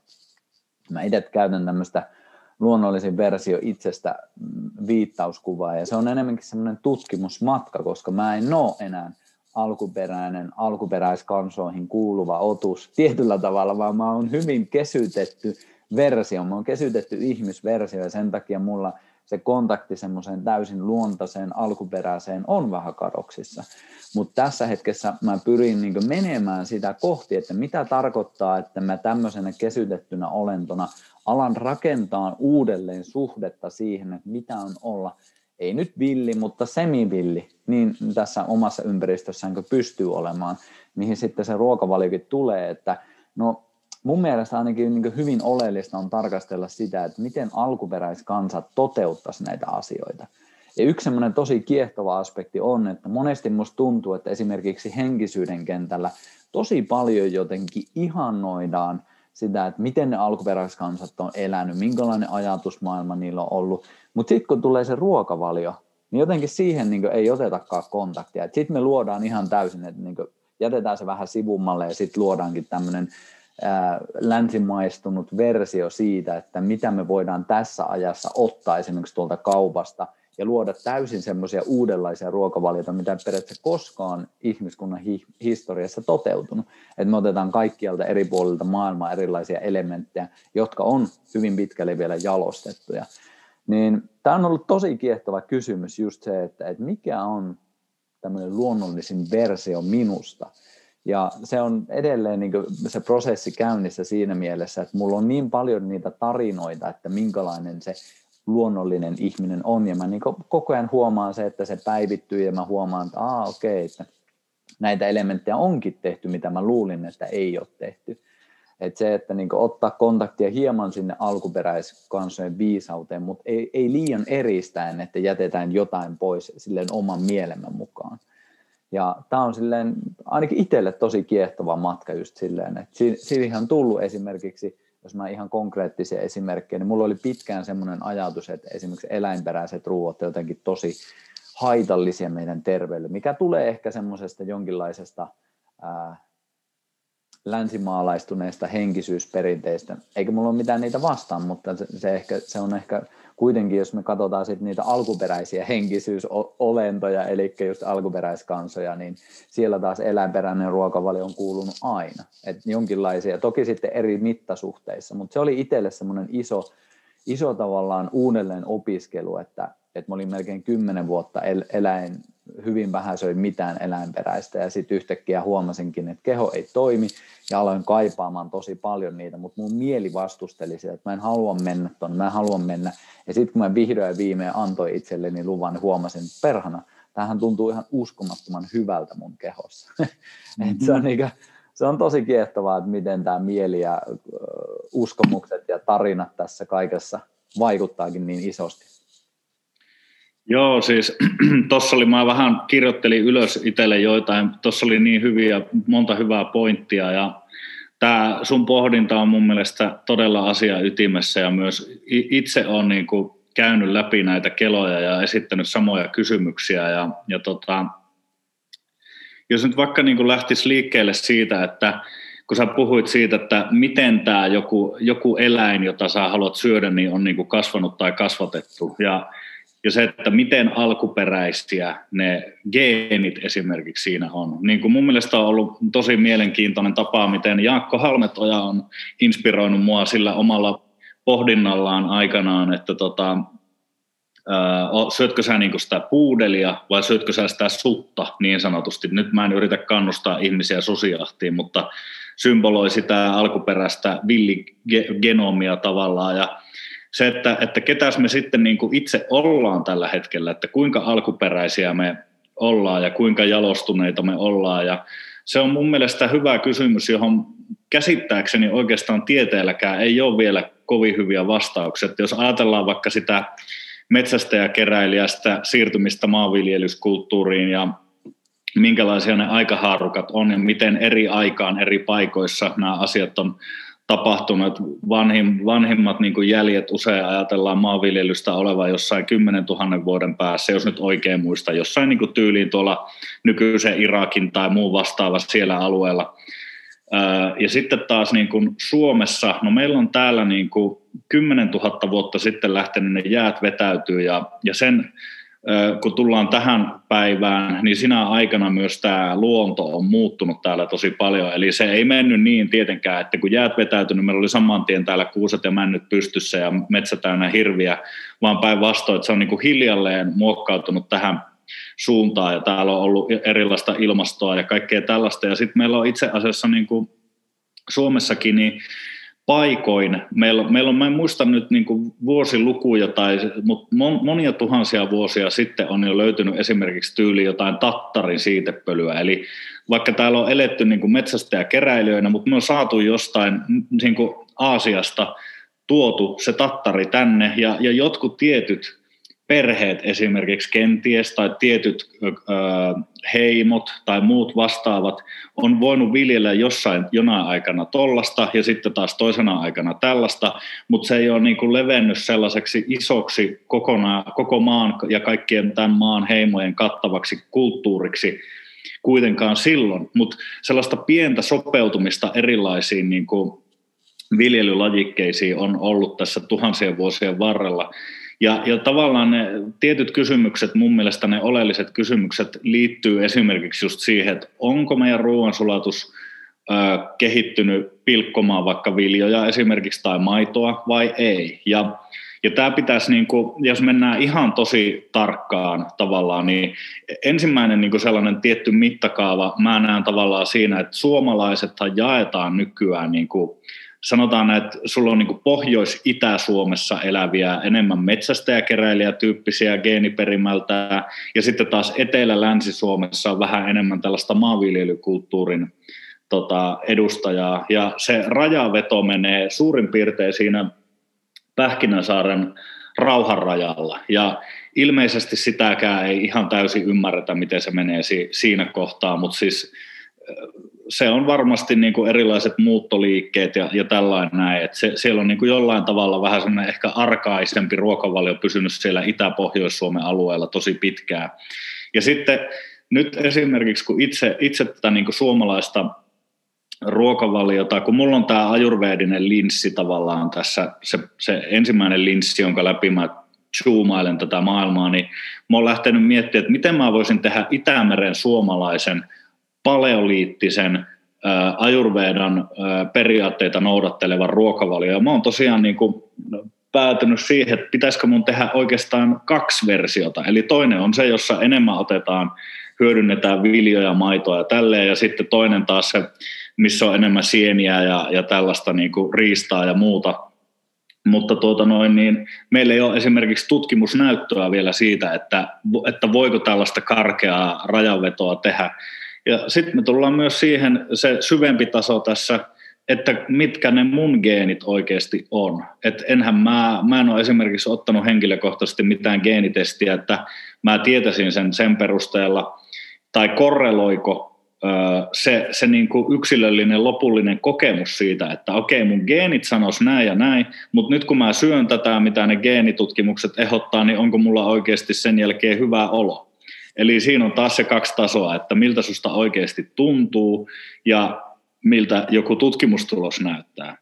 Mä itse käytän tämmöistä luonnollisin versio itsestä viittauskuvaa, ja se on enemmänkin semmoinen tutkimusmatka, koska mä en ole enää alkuperäinen, alkuperäiskansoihin kuuluva otus tietyllä tavalla, vaan mä oon hyvin kesytetty versio, mä oon kesytetty ihmisversio, ja sen takia mulla se kontakti semmoiseen täysin luontaiseen, alkuperäiseen on vähän kadoksissa. Mutta tässä hetkessä mä pyrin niinku menemään sitä kohti, että mitä tarkoittaa, että mä tämmöisenä kesytettynä olentona alan rakentaa uudelleen suhdetta siihen, että mitä on olla, ei nyt villi, mutta semivilli, niin tässä omassa ympäristössään kuin pystyy olemaan, mihin sitten se ruokavaliokin tulee, että no mun mielestä ainakin niin hyvin oleellista on tarkastella sitä, että miten alkuperäiskansat toteuttaisi näitä asioita. Ja yksi semmoinen tosi kiehtova aspekti on, että monesti musta tuntuu, että esimerkiksi henkisyyden kentällä tosi paljon jotenkin ihannoidaan sitä, että miten ne alkuperäiskansat on elänyt, minkälainen ajatusmaailma niillä on ollut. Mutta sitten kun tulee se ruokavalio, niin jotenkin siihen niin ei otetakaan kontaktia. Sitten me luodaan ihan täysin, että niin jätetään se vähän sivummalle ja sitten luodaankin tämmöinen länsimaistunut versio siitä, että mitä me voidaan tässä ajassa ottaa esimerkiksi tuolta kaupasta ja luoda täysin semmoisia uudenlaisia ruokavalioita, mitä ei periaatteessa koskaan ihmiskunnan hi- historiassa toteutunut. Että me otetaan kaikkialta eri puolilta maailmaa erilaisia elementtejä, jotka on hyvin pitkälle vielä jalostettuja. Niin tämä on ollut tosi kiehtova kysymys just se, että, että mikä on tämmöinen luonnollisin versio minusta. Ja se on edelleen niin kuin se prosessi käynnissä siinä mielessä, että mulla on niin paljon niitä tarinoita, että minkälainen se luonnollinen ihminen on. Ja mä niin koko ajan huomaan se, että se päivittyy ja mä huomaan, että aa okei, että näitä elementtejä onkin tehty, mitä mä luulin, että ei ole tehty. Että se, että niin ottaa kontaktia hieman sinne alkuperäiskansojen viisauteen, mutta ei, ei liian eristäen, että jätetään jotain pois silleen oman mielemme mukaan. Ja tämä on silleen, ainakin itselle tosi kiehtova matka just silleen, että siihen on tullut esimerkiksi, jos mä ihan konkreettisia esimerkkejä, niin mulla oli pitkään semmoinen ajatus, että esimerkiksi eläinperäiset ruuat on jotenkin tosi haitallisia meidän terveydelle, mikä tulee ehkä semmoisesta jonkinlaisesta ää, länsimaalaistuneesta henkisyysperinteistä. Eikä mulla ole mitään niitä vastaan, mutta se, se, ehkä, se on ehkä kuitenkin, jos me katsotaan sit niitä alkuperäisiä henkisyysolentoja, eli just alkuperäiskansoja, niin siellä taas eläinperäinen ruokavalio on kuulunut aina. Et jonkinlaisia, toki sitten eri mittasuhteissa, mutta se oli itselle semmoinen iso, iso tavallaan uudelleen opiskelu, että, että mä olin melkein kymmenen vuotta el, eläin, hyvin vähän söin mitään eläinperäistä, ja sitten yhtäkkiä huomasinkin, että keho ei toimi, ja aloin kaipaamaan tosi paljon niitä, mutta mun mieli vastusteli sitä, että mä en halua mennä tuonne, mä en halua mennä. Ja sitten kun mä vihdoin ja viimein antoi itselleni luvan, niin huomasin, että perhana, tämähän tuntuu ihan uskomattoman hyvältä mun kehossa. Mm-hmm. Et se, on niinku, se on tosi kiehtovaa, että miten tämä mieli ja uh, uskomukset ja tarinat tässä kaikessa vaikuttaakin niin isosti. Joo, siis tuossa oli, mä vähän kirjoittelin ylös itselle joitain, tuossa oli niin hyviä, monta hyvää pointtia, ja tämä sun pohdinta on mun mielestä todella asia ytimessä, ja myös itse olen niin kuin käynyt läpi näitä keloja ja esittänyt samoja kysymyksiä, ja, ja tota, jos nyt vaikka niin kuin lähtisi liikkeelle siitä, että kun sä puhuit siitä, että miten tämä joku, joku eläin, jota sä haluat syödä, niin on niin kuin kasvanut tai kasvatettu. Ja, ja se, että miten alkuperäisiä ne geenit esimerkiksi siinä on. Niin kuin mun mielestä on ollut tosi mielenkiintoinen tapa, miten Jaakko Halmetoja on inspiroinut mua sillä omalla pohdinnallaan aikanaan, että tota, ää, syötkö sä niinku sitä puudelia vai syötkö sä sitä sutta niin sanotusti. Nyt mä en yritä kannustaa ihmisiä susijahtiin, mutta symboloi sitä alkuperäistä villigenomia tavallaan. Ja se, että, että ketäs me sitten niinku itse ollaan tällä hetkellä, että kuinka alkuperäisiä me ollaan ja kuinka jalostuneita me ollaan. Ja se on mun mielestä hyvä kysymys, johon käsittääkseni oikeastaan tieteelläkään ei ole vielä kovin hyviä vastauksia. Jos ajatellaan vaikka sitä metsästäjäkeräilijästä siirtymistä maanviljelyskulttuuriin ja minkälaisia ne aikahaarukat on ja miten eri aikaan eri paikoissa nämä asiat on tapahtunut. Vanhim, vanhimmat niin kuin jäljet usein ajatellaan maanviljelystä olevan jossain kymmenen tuhannen vuoden päässä, jos nyt oikein muista, jossain niin kuin tyyliin tuolla nykyisen Irakin tai muun vastaava siellä alueella. Ja sitten taas niin kuin Suomessa, no meillä on täällä niin kuin kymmenen tuhatta vuotta sitten lähtenyt ne jäät vetäytyy ja, ja sen kun tullaan tähän päivään, niin sinä aikana myös tämä luonto on muuttunut täällä tosi paljon. Eli se ei mennyt niin tietenkään, että kun jäät vetäytyi, niin meillä oli saman tien täällä kuuset ja männyt pystyssä ja metsä täynnä hirviä, vaan päinvastoin, että se on niin kuin hiljalleen muokkautunut tähän suuntaan ja täällä on ollut erilaista ilmastoa ja kaikkea tällaista. Ja sitten meillä on itse asiassa niin kuin Suomessakin niin paikoin, meillä, meillä on, mä en muista nyt niin kuin vuosilukuja, tai, mutta monia tuhansia vuosia sitten on jo löytynyt esimerkiksi tyyli jotain tattarin siitepölyä, eli vaikka täällä on eletty niin kuin metsästäjäkeräilijöinä, mutta me on saatu jostain niin kuin Aasiasta tuotu se tattari tänne, ja, ja jotkut tietyt perheet esimerkiksi kenties tai tietyt ö, heimot tai muut vastaavat on voinut viljellä jossain jonain aikana tollasta ja sitten taas toisena aikana tällaista, mutta se ei ole niin kuin levennyt sellaiseksi isoksi kokonaan, koko maan ja kaikkien tämän maan heimojen kattavaksi kulttuuriksi kuitenkaan silloin, mutta sellaista pientä sopeutumista erilaisiin niin kuin viljelylajikkeisiin on ollut tässä tuhansien vuosien varrella. Ja, ja tavallaan ne tietyt kysymykset, mun mielestä ne oleelliset kysymykset liittyy esimerkiksi just siihen, että onko meidän ruoansulatus ö, kehittynyt pilkkomaan vaikka viljoja esimerkiksi tai maitoa vai ei. Ja, ja tämä pitäisi, niin kuin, jos mennään ihan tosi tarkkaan tavallaan, niin ensimmäinen niin kuin sellainen tietty mittakaava mä näen tavallaan siinä, että suomalaisethan jaetaan nykyään niin kuin sanotaan, että sulla on niin kuin Pohjois-Itä-Suomessa eläviä enemmän metsästäjäkeräilijätyyppisiä geeniperimältä, ja sitten taas Etelä-Länsi-Suomessa on vähän enemmän tällaista maanviljelykulttuurin tota, edustajaa. Ja se rajaveto menee suurin piirtein siinä Pähkinänsaaren rauhanrajalla. Ja ilmeisesti sitäkään ei ihan täysin ymmärretä, miten se menee si- siinä kohtaa, mutta siis se on varmasti niin kuin erilaiset muuttoliikkeet ja, ja tällainen näin, että se, siellä on niin kuin jollain tavalla vähän semmoinen ehkä arkaisempi ruokavalio pysynyt siellä Itä-Pohjois-Suomen alueella tosi pitkään. Ja sitten nyt esimerkiksi kun itse, itse tätä niin kuin suomalaista ruokavaliota, kun mulla on tämä ajurveedinen linssi tavallaan tässä, se, se ensimmäinen linssi, jonka läpi mä zoomailen tätä maailmaa, niin mä oon lähtenyt miettimään, että miten mä voisin tehdä Itämeren suomalaisen paleoliittisen ää, ajurveedan ää, periaatteita noudattelevan ruokavalio. Ja mä oon tosiaan niin kuin päätynyt siihen, että pitäisikö mun tehdä oikeastaan kaksi versiota. Eli toinen on se, jossa enemmän otetaan, hyödynnetään viljoja, maitoa ja tälleen, ja sitten toinen taas se, missä on enemmän sieniä ja, ja tällaista niin kuin riistaa ja muuta. Mutta tuota noin, niin meillä ei ole esimerkiksi tutkimusnäyttöä vielä siitä, että, että voiko tällaista karkeaa rajanvetoa tehdä. Ja sitten me tullaan myös siihen se syvempi taso tässä, että mitkä ne mun geenit oikeasti on. Et enhän mä, mä en ole esimerkiksi ottanut henkilökohtaisesti mitään geenitestiä, että mä tietäisin sen sen perusteella, tai korreloiko ö, se, se niinku yksilöllinen lopullinen kokemus siitä, että okei, mun geenit sanois näin ja näin, mutta nyt kun mä syön tätä, mitä ne geenitutkimukset ehdottaa, niin onko mulla oikeasti sen jälkeen hyvä olo? Eli siinä on taas se kaksi tasoa, että miltä susta oikeasti tuntuu ja miltä joku tutkimustulos näyttää.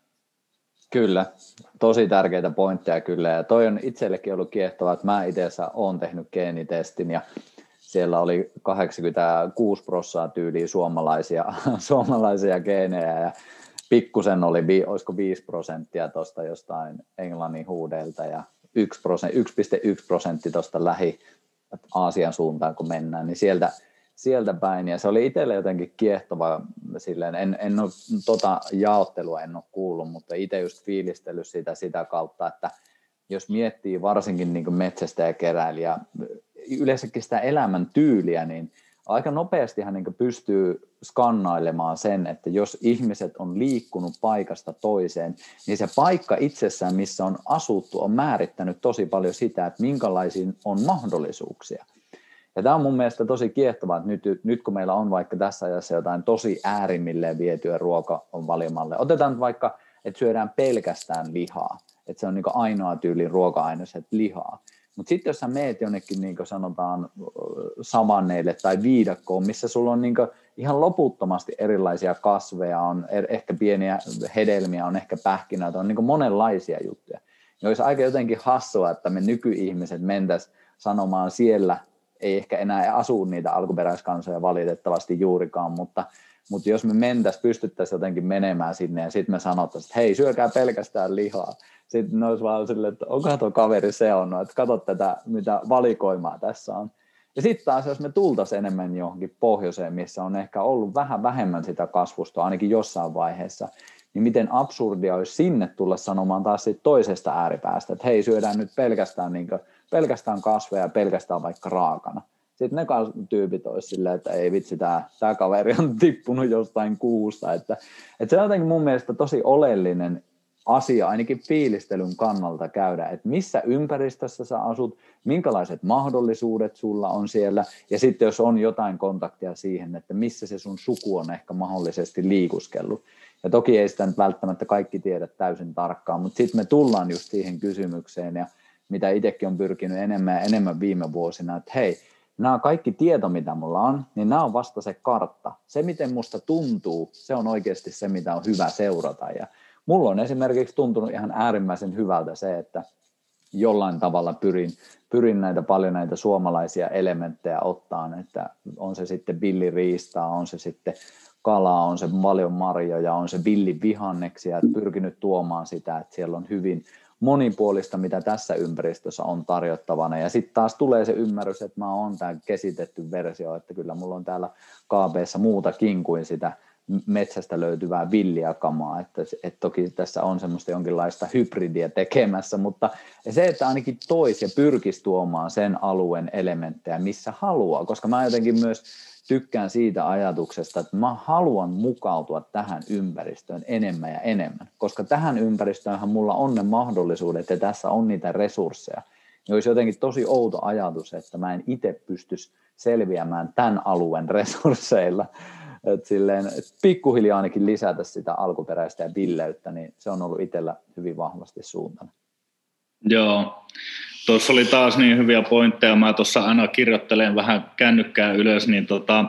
Kyllä, tosi tärkeitä pointteja kyllä, ja toi on itsellekin ollut kiehtovaa, että mä itse asiassa olen tehnyt geenitestin, ja siellä oli kahdeksankymmentäkuusi prosenttia tyyliä suomalaisia, suomalaisia geenejä, ja pikkusen oli, olisiko viisi prosenttia tuosta jostain englannin huudelta, ja yksi pilkku yksi prosenttia tuosta lähi-Aasian suuntaan, kun mennään, niin sieltä, sieltä päin, ja se oli itselle jotenkin kiehtova, silleen, en, en ole tota jaottelua en ole kuullut, mutta itse just fiilistellyt sitä sitä kautta, että jos miettii varsinkin niin kuin metsästäjäkeräilijä, yleensäkin sitä elämäntyyliä, niin aika nopeastihan niin kuin pystyy skannailemaan sen, että jos ihmiset on liikkunut paikasta toiseen, niin se paikka itsessään, missä on asuttu, on määrittänyt tosi paljon sitä, että minkälaisia on mahdollisuuksia. Ja tämä on mun mielestä tosi kiehtovaa, että nyt, nyt kun meillä on vaikka tässä ajassa jotain tosi äärimmilleen vietyä ruokavaliomalle, otetaan nyt vaikka, että syödään pelkästään lihaa, että se on niin kuin ainoa tyylin ruoka-aines, että lihaa. Mutta sitten jos sä meet jonnekin, niin kuin sanotaan, savanneille tai viidakkoon, missä sulla on niin kuin ihan loputtomasti erilaisia kasveja, on ehkä pieniä hedelmiä, on ehkä pähkinöitä, on niin kuin monenlaisia juttuja. Ja olisi aika jotenkin hassua, että me nykyihmiset mentäisiin sanomaan siellä, ei ehkä enää asu niitä alkuperäiskansoja valitettavasti juurikaan, mutta, mutta jos me mentäisiin, pystyttäisiin jotenkin menemään sinne ja sitten me sanottaisiin, että hei, syökää pelkästään lihaa. Sitten ne olisi vaan silleen, että onkohan tuo kaveri seonnut, että katso tätä, mitä valikoimaa tässä on. Ja sitten taas, jos me tultaisiin enemmän johonkin pohjoiseen, missä on ehkä ollut vähän vähemmän sitä kasvustoa, ainakin jossain vaiheessa, niin miten absurdia olisi sinne tulla sanomaan taas siitä toisesta ääripäästä, että hei, syödään nyt pelkästään, niin kuin, pelkästään kasveja, pelkästään vaikka raakana. Sitten ne tyypit olisi silleen, että ei vitsi, tämä, tämä kaveri on tippunut jostain kuusta. Että, että se on jotenkin mun mielestä tosi oleellinen asia, ainakin fiilistelyn kannalta käydä, että missä ympäristössä sä asut, minkälaiset mahdollisuudet sulla on siellä, ja sitten jos on jotain kontaktia siihen, että missä se sun suku on ehkä mahdollisesti liikuskellut. Ja toki ei sitä nyt välttämättä kaikki tiedä täysin tarkkaan, mutta sitten me tullaan just siihen kysymykseen, ja mitä itsekin on pyrkinyt enemmän ja enemmän viime vuosina, että hei, nämä kaikki tieto, mitä mulla on, niin nämä on vasta se kartta. Se, miten musta tuntuu, se on oikeasti se, mitä on hyvä seurata. Ja mulla on esimerkiksi tuntunut ihan äärimmäisen hyvältä se, että jollain tavalla pyrin, pyrin näitä paljon näitä suomalaisia elementtejä ottaan, että on se sitten villiriistaa, on se sitten kalaa, on se paljon marjoja, on se villivihanneksia, että pyrkinyt tuomaan sitä, että siellä on hyvin monipuolista, mitä tässä ympäristössä on tarjottavana. Ja sitten taas tulee se ymmärrys, että mä oon tämä kesitetty versio, että kyllä mulla on täällä K B:ssä muutakin kuin sitä metsästä löytyvää villiä kamaa, että, että toki tässä on semmoista jonkinlaista hybridiä tekemässä, mutta se, että ainakin toisi ja pyrkisi tuomaan sen alueen elementtejä, missä haluaa, koska mä jotenkin myös tykkään siitä ajatuksesta, että mä haluan mukautua tähän ympäristöön enemmän ja enemmän, koska tähän ympäristöönhän mulla on ne mahdollisuudet ja tässä on niitä resursseja. Ja olisi jotenkin tosi outo ajatus, että mä en itse pystyisi selviämään tämän alueen resursseilla. Että silleen, että pikkuhiljaa ainakin lisätä sitä alkuperäistä ja villeyttä, niin se on ollut itsellä hyvin vahvasti suuntana. Joo, tuossa oli taas niin hyviä pointteja. Mä tuossa aina kirjoittelen vähän kännykkää ylös, niin, tota,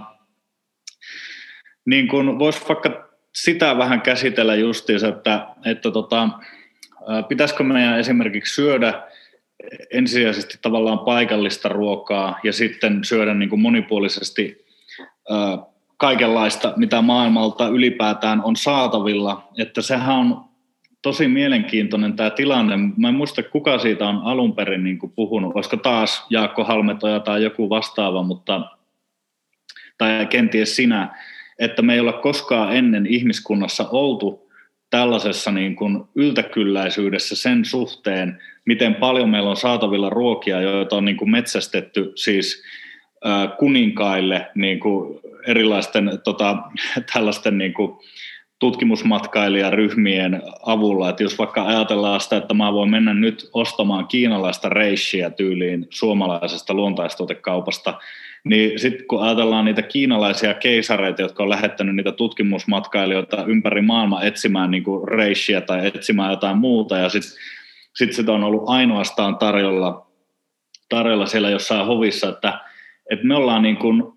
niin kun vois vaikka sitä vähän käsitellä justiinsa, että, että tota, pitäisikö meidän esimerkiksi syödä ensisijaisesti tavallaan paikallista ruokaa ja sitten syödä niin kuin monipuolisesti ää, kaikenlaista, mitä maailmalta ylipäätään on saatavilla, että sehän on tosi mielenkiintoinen tämä tilanne. Mä en muista, kuka siitä on alun perin niin kuin puhunut, olisiko taas Jaakko Halmetoja tai joku vastaava, mutta, tai kenties sinä, että me ei olla koskaan ennen ihmiskunnassa oltu tällaisessa niin kuin yltäkylläisyydessä sen suhteen, miten paljon meillä on saatavilla ruokia, joita on niin kuin metsästetty siis äh, kuninkaille niin kuin erilaisten tota, tällaisten niin kuin tutkimusmatkailijaryhmien avulla, että jos vaikka ajatellaan sitä, että mä voin mennä nyt ostamaan kiinalaista reishiä tyyliin suomalaisesta luontaistuotekaupasta, niin sitten kun ajatellaan niitä kiinalaisia keisareita, jotka on lähettänyt niitä tutkimusmatkailijoita ympäri maailmaa etsimään niin kuin reishiä tai etsimään jotain muuta, ja sitten sit sitä on ollut ainoastaan tarjolla, tarjolla siellä jossain hovissa, että, että me ollaan niin kuin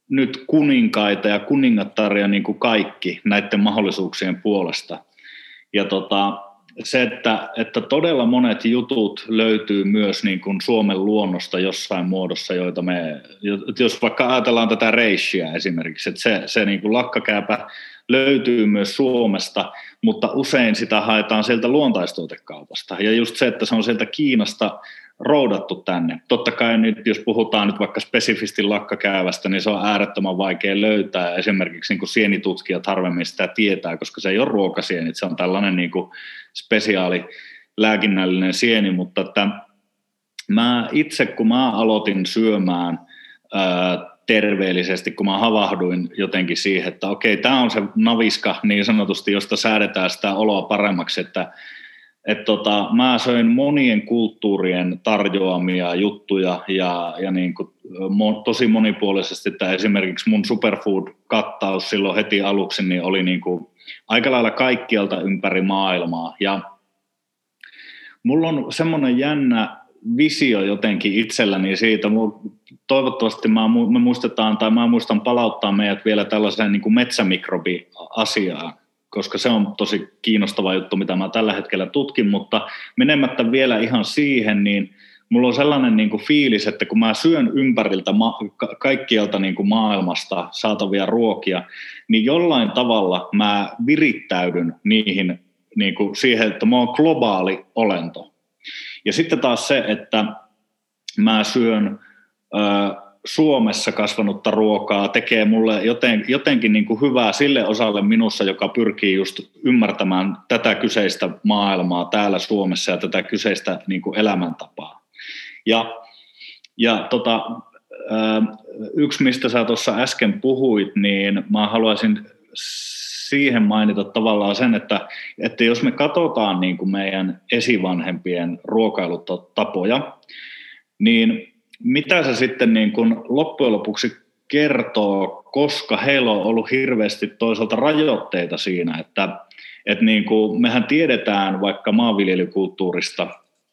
nyt kuninkaita ja kuningattaria niin kuin kaikki näiden mahdollisuuksien puolesta. Ja tota, se, että, että todella monet jutut löytyy myös niin kuin Suomen luonnosta jossain muodossa, joita me, jos vaikka ajatellaan tätä reishiä esimerkiksi, että se, se niin kuin lakkakääpä löytyy myös Suomesta, mutta usein sitä haetaan sieltä luontaistuotekaupasta. Ja just se, että se on sieltä Kiinasta roudattu tänne. Totta kai nyt, jos puhutaan nyt vaikka spesifisti lakkakäävästä, niin se on äärettömän vaikea löytää. Esimerkiksi niin kuin sienitutkijat harvemmin sitä tietää, koska se ei ole ruokasienit, se on tällainen niin kuin spesiaali lääkinnällinen sieni, mutta että mä itse, kun mä aloitin syömään ää, terveellisesti, kun mä havahduin jotenkin siihen, että okei, tämä on se naviska niin sanotusti, josta säädetään sitä oloa paremmaksi, että et tota, mä söin monien kulttuurien tarjoamia juttuja ja, ja niin kuin, mo, tosi monipuolisesti, että esimerkiksi mun superfood-kattaus silloin heti aluksi niin oli niin kuin aika lailla kaikkialta ympäri maailmaa. Ja mulla on semmoinen jännä visio jotenkin itselläni siitä, toivottavasti mä, me muistetaan tai mä muistan palauttaa meidät vielä tällaiseen niin kuin metsämikrobi-asiaan, koska se on tosi kiinnostava juttu, mitä mä tällä hetkellä tutkin, mutta menemättä vielä ihan siihen, niin mulla on sellainen niin kuin fiilis, että kun mä syön ympäriltä ma- kaikkialta niin kuin maailmasta saatavia ruokia, niin jollain tavalla mä virittäydyn niihin, niin kuin siihen, että mä oon globaali olento. Ja sitten taas se, että mä syön ö, Suomessa kasvanutta ruokaa, tekee mulle joten, jotenkin niin kuin hyvää sille osalle minussa, joka pyrkii just ymmärtämään tätä kyseistä maailmaa täällä Suomessa ja tätä kyseistä niin kuin elämäntapaa. Ja, ja tota, ö, yksi, mistä sä tuossa äsken puhuit, niin mä haluaisin siihen mainita tavallaan sen, että, että jos me katsotaan niin kuin meidän esivanhempien ruokailutapoja, niin mitä se sitten niin kuin loppujen lopuksi kertoo, koska heillä on ollut hirveästi toisaalta rajoitteita siinä, että, että niin kuin mehän tiedetään vaikka maanviljelykulttuurista,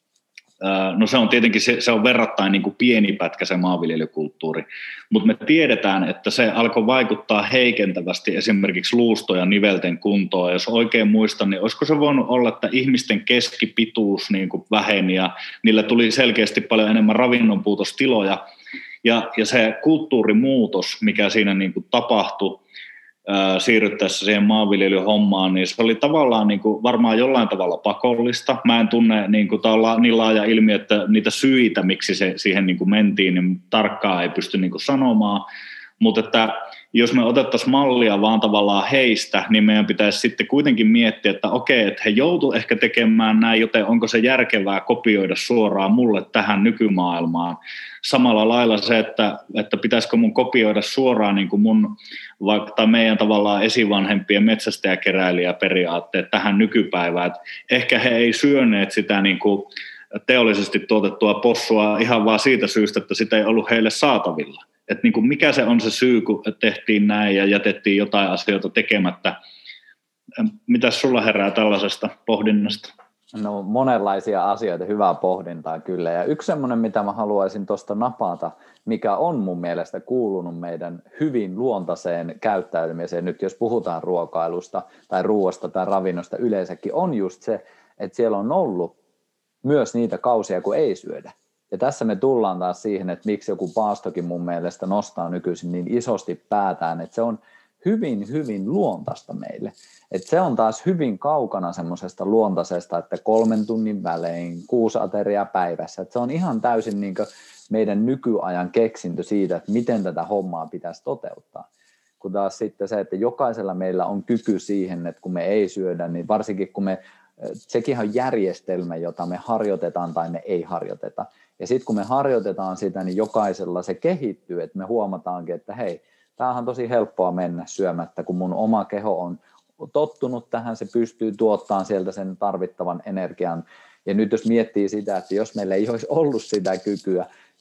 no se on tietenkin se, se on verrattain niin kuin pieni pätkä se maanviljelykulttuuri, mutta me tiedetään, että se alkoi vaikuttaa heikentävästi esimerkiksi luusto- ja nivelten kuntoon. Jos oikein muistan, niin olisiko se voinut olla, että ihmisten keskipituus niin kuin väheni ja niillä tuli selkeästi paljon enemmän ravinnonpuutostiloja. Ja, ja se kulttuurimuutos, mikä siinä niin kuin tapahtui, siirryttäessä siihen maanviljelyhommaan, niin se oli tavallaan niin kuin varmaan jollain tavalla pakollista. Mä en tunne, niin kuin, tämä on niin laaja ilmiö, että niitä syitä, miksi se siihen niin kuin mentiin, niin tarkkaan ei pysty niin kuin sanomaan. Mutta että jos me otettaisiin mallia vaan tavallaan heistä, niin meidän pitäisi sitten kuitenkin miettiä, että okei, että he joutuivat ehkä tekemään näin, joten onko se järkevää kopioida suoraan mulle tähän nykymaailmaan. Samalla lailla se, että, että pitäisikö mun kopioida suoraan niin kuin mun vaikka meidän tavallaan esivanhempien metsästäjäkeräilijäperiaatteet tähän nykypäivään. Että ehkä he ei syöneet sitä niin kuin teollisesti tuotettua possua ihan vaan siitä syystä, että sitä ei ollut heille saatavilla. Että niin kuin mikä se on se syy, kun tehtiin näin ja jätettiin jotain asioita tekemättä. Mitäs sulla herää tällaisesta pohdinnasta? No monenlaisia asioita, hyvää pohdintaa kyllä. Ja yksi semmoinen, mitä mä haluaisin tuosta napata, mikä on mun mielestä kuulunut meidän hyvin luontaiseen käyttäytymiseen, nyt jos puhutaan ruokailusta tai ruoasta tai ravinnosta yleensäkin, on just se, että siellä on ollut myös niitä kausia, kun ei syödä. Ja tässä me tullaan taas siihen, että miksi joku paastokin mun mielestä nostaa nykyisin niin isosti päätään, että se on hyvin, hyvin luontaista meille. Että se on taas hyvin kaukana semmoisesta luontaisesta, että kolmen tunnin välein, kuusi ateriaa päivässä. Että se on ihan täysin niin kuin meidän nykyajan keksintö siitä, että miten tätä hommaa pitäisi toteuttaa. Kun taas sitten se, että jokaisella meillä on kyky siihen, että kun me ei syödä, niin varsinkin kun me, sekin on järjestelmä, jota me harjoitetaan tai me ei harjoiteta. Ja sitten kun me harjoitetaan sitä, niin jokaisella se kehittyy, että me huomataankin, että hei, tämähän on tosi helppoa mennä syömättä, kun mun oma keho on tottunut tähän, se pystyy tuottamaan sieltä sen tarvittavan energian. Ja nyt jos miettii sitä, että jos meillä ei olisi ollut sitä kykyä,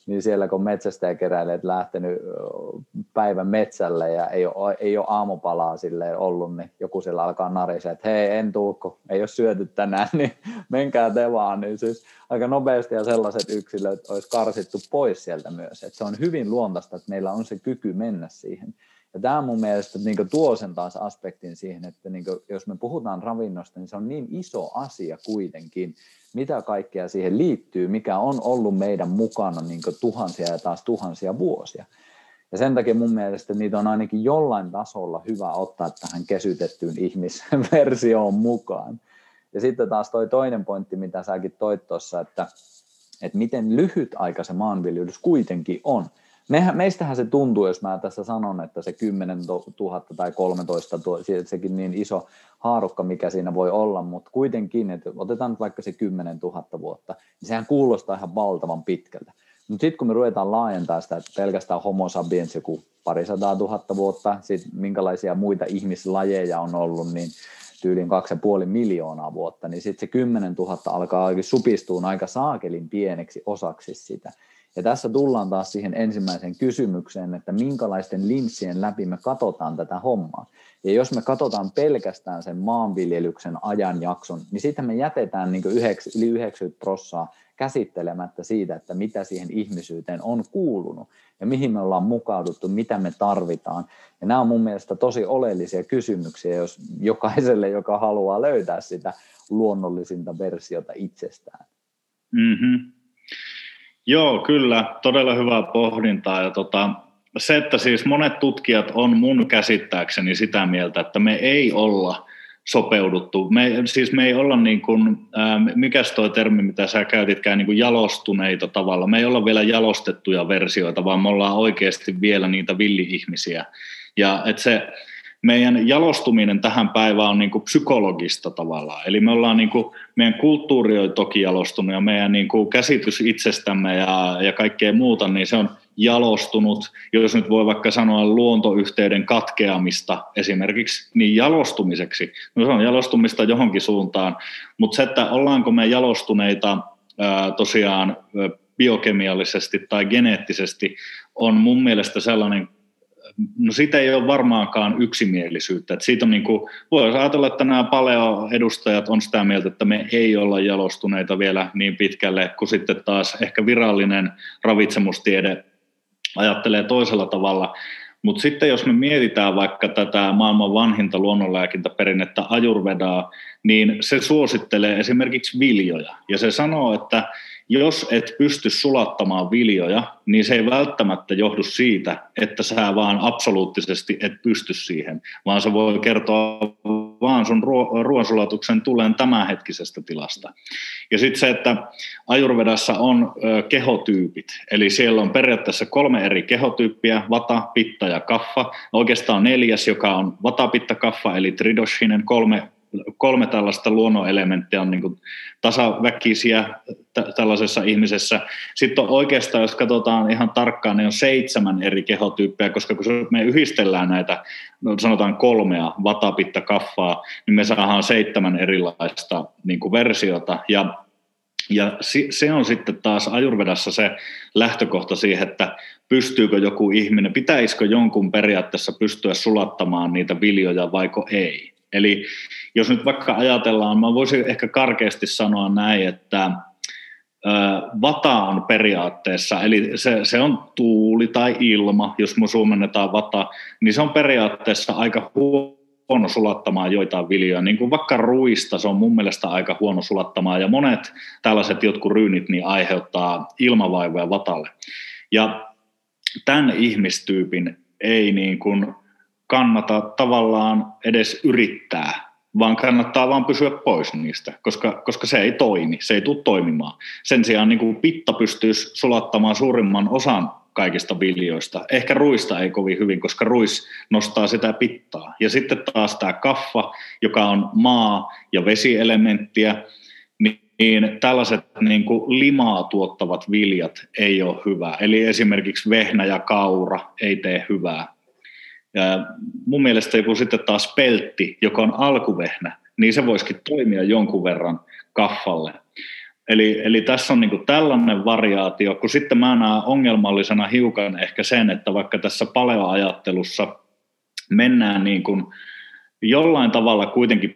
niin siellä kun metsästäjäkeräilijät lähtenyt päivän metsälle ja ei ole, ei ole aamupalaa silleen ollut, niin joku siellä alkaa narisee, että hei, en tuu, kun ei ole syöty tänään, niin menkää te vaan. Niin siis aika nopeasti ja sellaiset yksilöt olisi karsittu pois sieltä myös. Että se on hyvin luontaista, että meillä on se kyky mennä siihen. Ja tämä mun mielestä niin tuo sen taas aspektin siihen, että niin jos me puhutaan ravinnosta, niin se on niin iso asia kuitenkin, mitä kaikkea siihen liittyy, mikä on ollut meidän mukana niin tuhansia ja taas tuhansia vuosia. Ja sen takia mun mielestä niitä on ainakin jollain tasolla hyvä ottaa tähän kesytettyyn ihmisversioon mukaan. Ja sitten taas toi toinen pointti, mitä säkin toit tuossa, että, että miten lyhyt aika se maanviljelys kuitenkin on. Mehän, meistähän se tuntuu, jos mä tässä sanon, että se kymmenen tuhatta tai kolmetoista, sekin niin iso haarukka, mikä siinä voi olla, mutta kuitenkin, että otetaan nyt vaikka se kymmenen tuhatta vuotta, niin sehän kuulostaa ihan valtavan pitkältä. Mutta sitten kun me ruvetaan laajentaa sitä, että pelkästään homo sapiens joku parisataa tuhatta vuotta, sitten minkälaisia muita ihmislajeja on ollut, niin tyyliin kaksi ja puoli miljoonaa vuotta, niin sitten se kymmenen tuhatta alkaa supistua aika saakelin pieneksi osaksi sitä. Ja tässä tullaan taas siihen ensimmäiseen kysymykseen, että minkälaisten linssien läpi me katsotaan tätä hommaa. Ja jos me katsotaan pelkästään sen maanviljelyksen ajanjakson, niin sitten me jätetään niin kuin yhdeksän, yli yhdeksänkymmentä prosenttia käsittelemättä siitä, että mitä siihen ihmisyyteen on kuulunut ja mihin me ollaan mukauduttu, mitä me tarvitaan. Ja nämä on mun mielestä tosi oleellisia kysymyksiä, jos jokaiselle, joka haluaa löytää sitä luonnollisinta versiota itsestään. Mm-hmm. Joo, kyllä, todella hyvää pohdintaa. Ja tota, se, että siis monet tutkijat on mun käsittääkseni sitä mieltä, että me ei olla sopeuduttu. Me, siis me ei olla niin kuin, ää, mikäs toi termi, mitä sä käytitkään, niin kuin jalostuneita tavalla. Me ei olla vielä jalostettuja versioita, vaan me ollaan oikeasti vielä niitä villi-ihmisiä. Ja että se meidän jalostuminen tähän päivään on niin kuin psykologista tavallaan. Eli me ollaan niin kuin, meidän kulttuuri on toki jalostunut ja meidän niin kuin käsitys itsestämme ja, ja kaikkea muuta, niin se on jalostunut. Jos nyt voi vaikka sanoa luontoyhteyden katkeamista esimerkiksi, niin jalostumiseksi. No se on jalostumista johonkin suuntaan, mutta se, että ollaanko me jalostuneita ää, tosiaan biokemiallisesti tai geneettisesti, on mun mielestä sellainen. No siitä ei ole varmaankaan yksimielisyyttä. Että siitä on niin kuin, voi ajatella, että nämä paleo-edustajat on sitä mieltä, että me ei olla jalostuneita vielä niin pitkälle, kun sitten taas ehkä virallinen ravitsemustiede ajattelee toisella tavalla. Mutta sitten jos me mietitään vaikka tätä maailman vanhinta luonnonlääkintäperinnettä Ayurvedaa, niin se suosittelee esimerkiksi viljoja. Ja se sanoo, että jos et pysty sulattamaan viljoja, niin se ei välttämättä johdu siitä, että sä vaan absoluuttisesti et pysty siihen, vaan se voi kertoa vaan sun ruoansulatuksen tulen tämänhetkisestä tilasta. Ja sitten se, että Ayurvedassa on kehotyypit, eli siellä on periaatteessa kolme eri kehotyyppiä, vata, pitta ja kapha. Oikeastaan neljäs, joka on vata, pitta, kapha, eli tridoshinen, kolme Kolme tällaista luonnonelementtiä on niin kuin tasaväkisiä t- tällaisessa ihmisessä. Sitten on oikeastaan, jos katsotaan ihan tarkkaan, niin on seitsemän eri kehotyyppejä, koska kun me yhdistellään näitä, sanotaan kolmea, vata, pitta, kaffaa, niin me saadaan seitsemän erilaista niin kuin versiota. Ja, ja se on sitten taas Ayurvedassa se lähtökohta siihen, että pystyykö joku ihminen, pitäisikö jonkun periaatteessa pystyä sulattamaan niitä viljoja vaiko ei. Eli jos nyt vaikka ajatellaan, mä voisin ehkä karkeasti sanoa näin, että ö, vata on periaatteessa, eli se, se on tuuli tai ilma, jos me suomennetaan vata, niin se on periaatteessa aika huono sulattamaan joitain viljoja. Niin kuin vaikka ruista, se on mun mielestä aika huono sulattamaan, ja monet tällaiset jotkut ryynit niin aiheuttaa ilmavaivoja vatalle. Ja tämän ihmistyypin ei niin kuin kannata tavallaan edes yrittää, vaan kannattaa vaan pysyä pois niistä, koska, koska se ei toimi, se ei tule toimimaan. Sen sijaan niin kuin pitta pystyisi sulattamaan suurimman osan kaikista viljoista. Ehkä ruista ei kovin hyvin, koska ruis nostaa sitä pittaa. Ja sitten taas tämä kaffa, joka on maa- ja vesielementtiä, niin tällaiset niin kuin limaa tuottavat viljat ei ole hyvä. Eli esimerkiksi vehnä ja kaura ei tee hyvää. Ja mun mielestä joku sitten taas peltti, joka on alkuvehnä, niin se voisikin toimia jonkun verran kaffalle. Eli, eli tässä on niin kuin tällainen variaatio, kun sitten mä näen ongelmallisena hiukan ehkä sen, että vaikka tässä paleoajattelussa mennään niin kuin jollain tavalla kuitenkin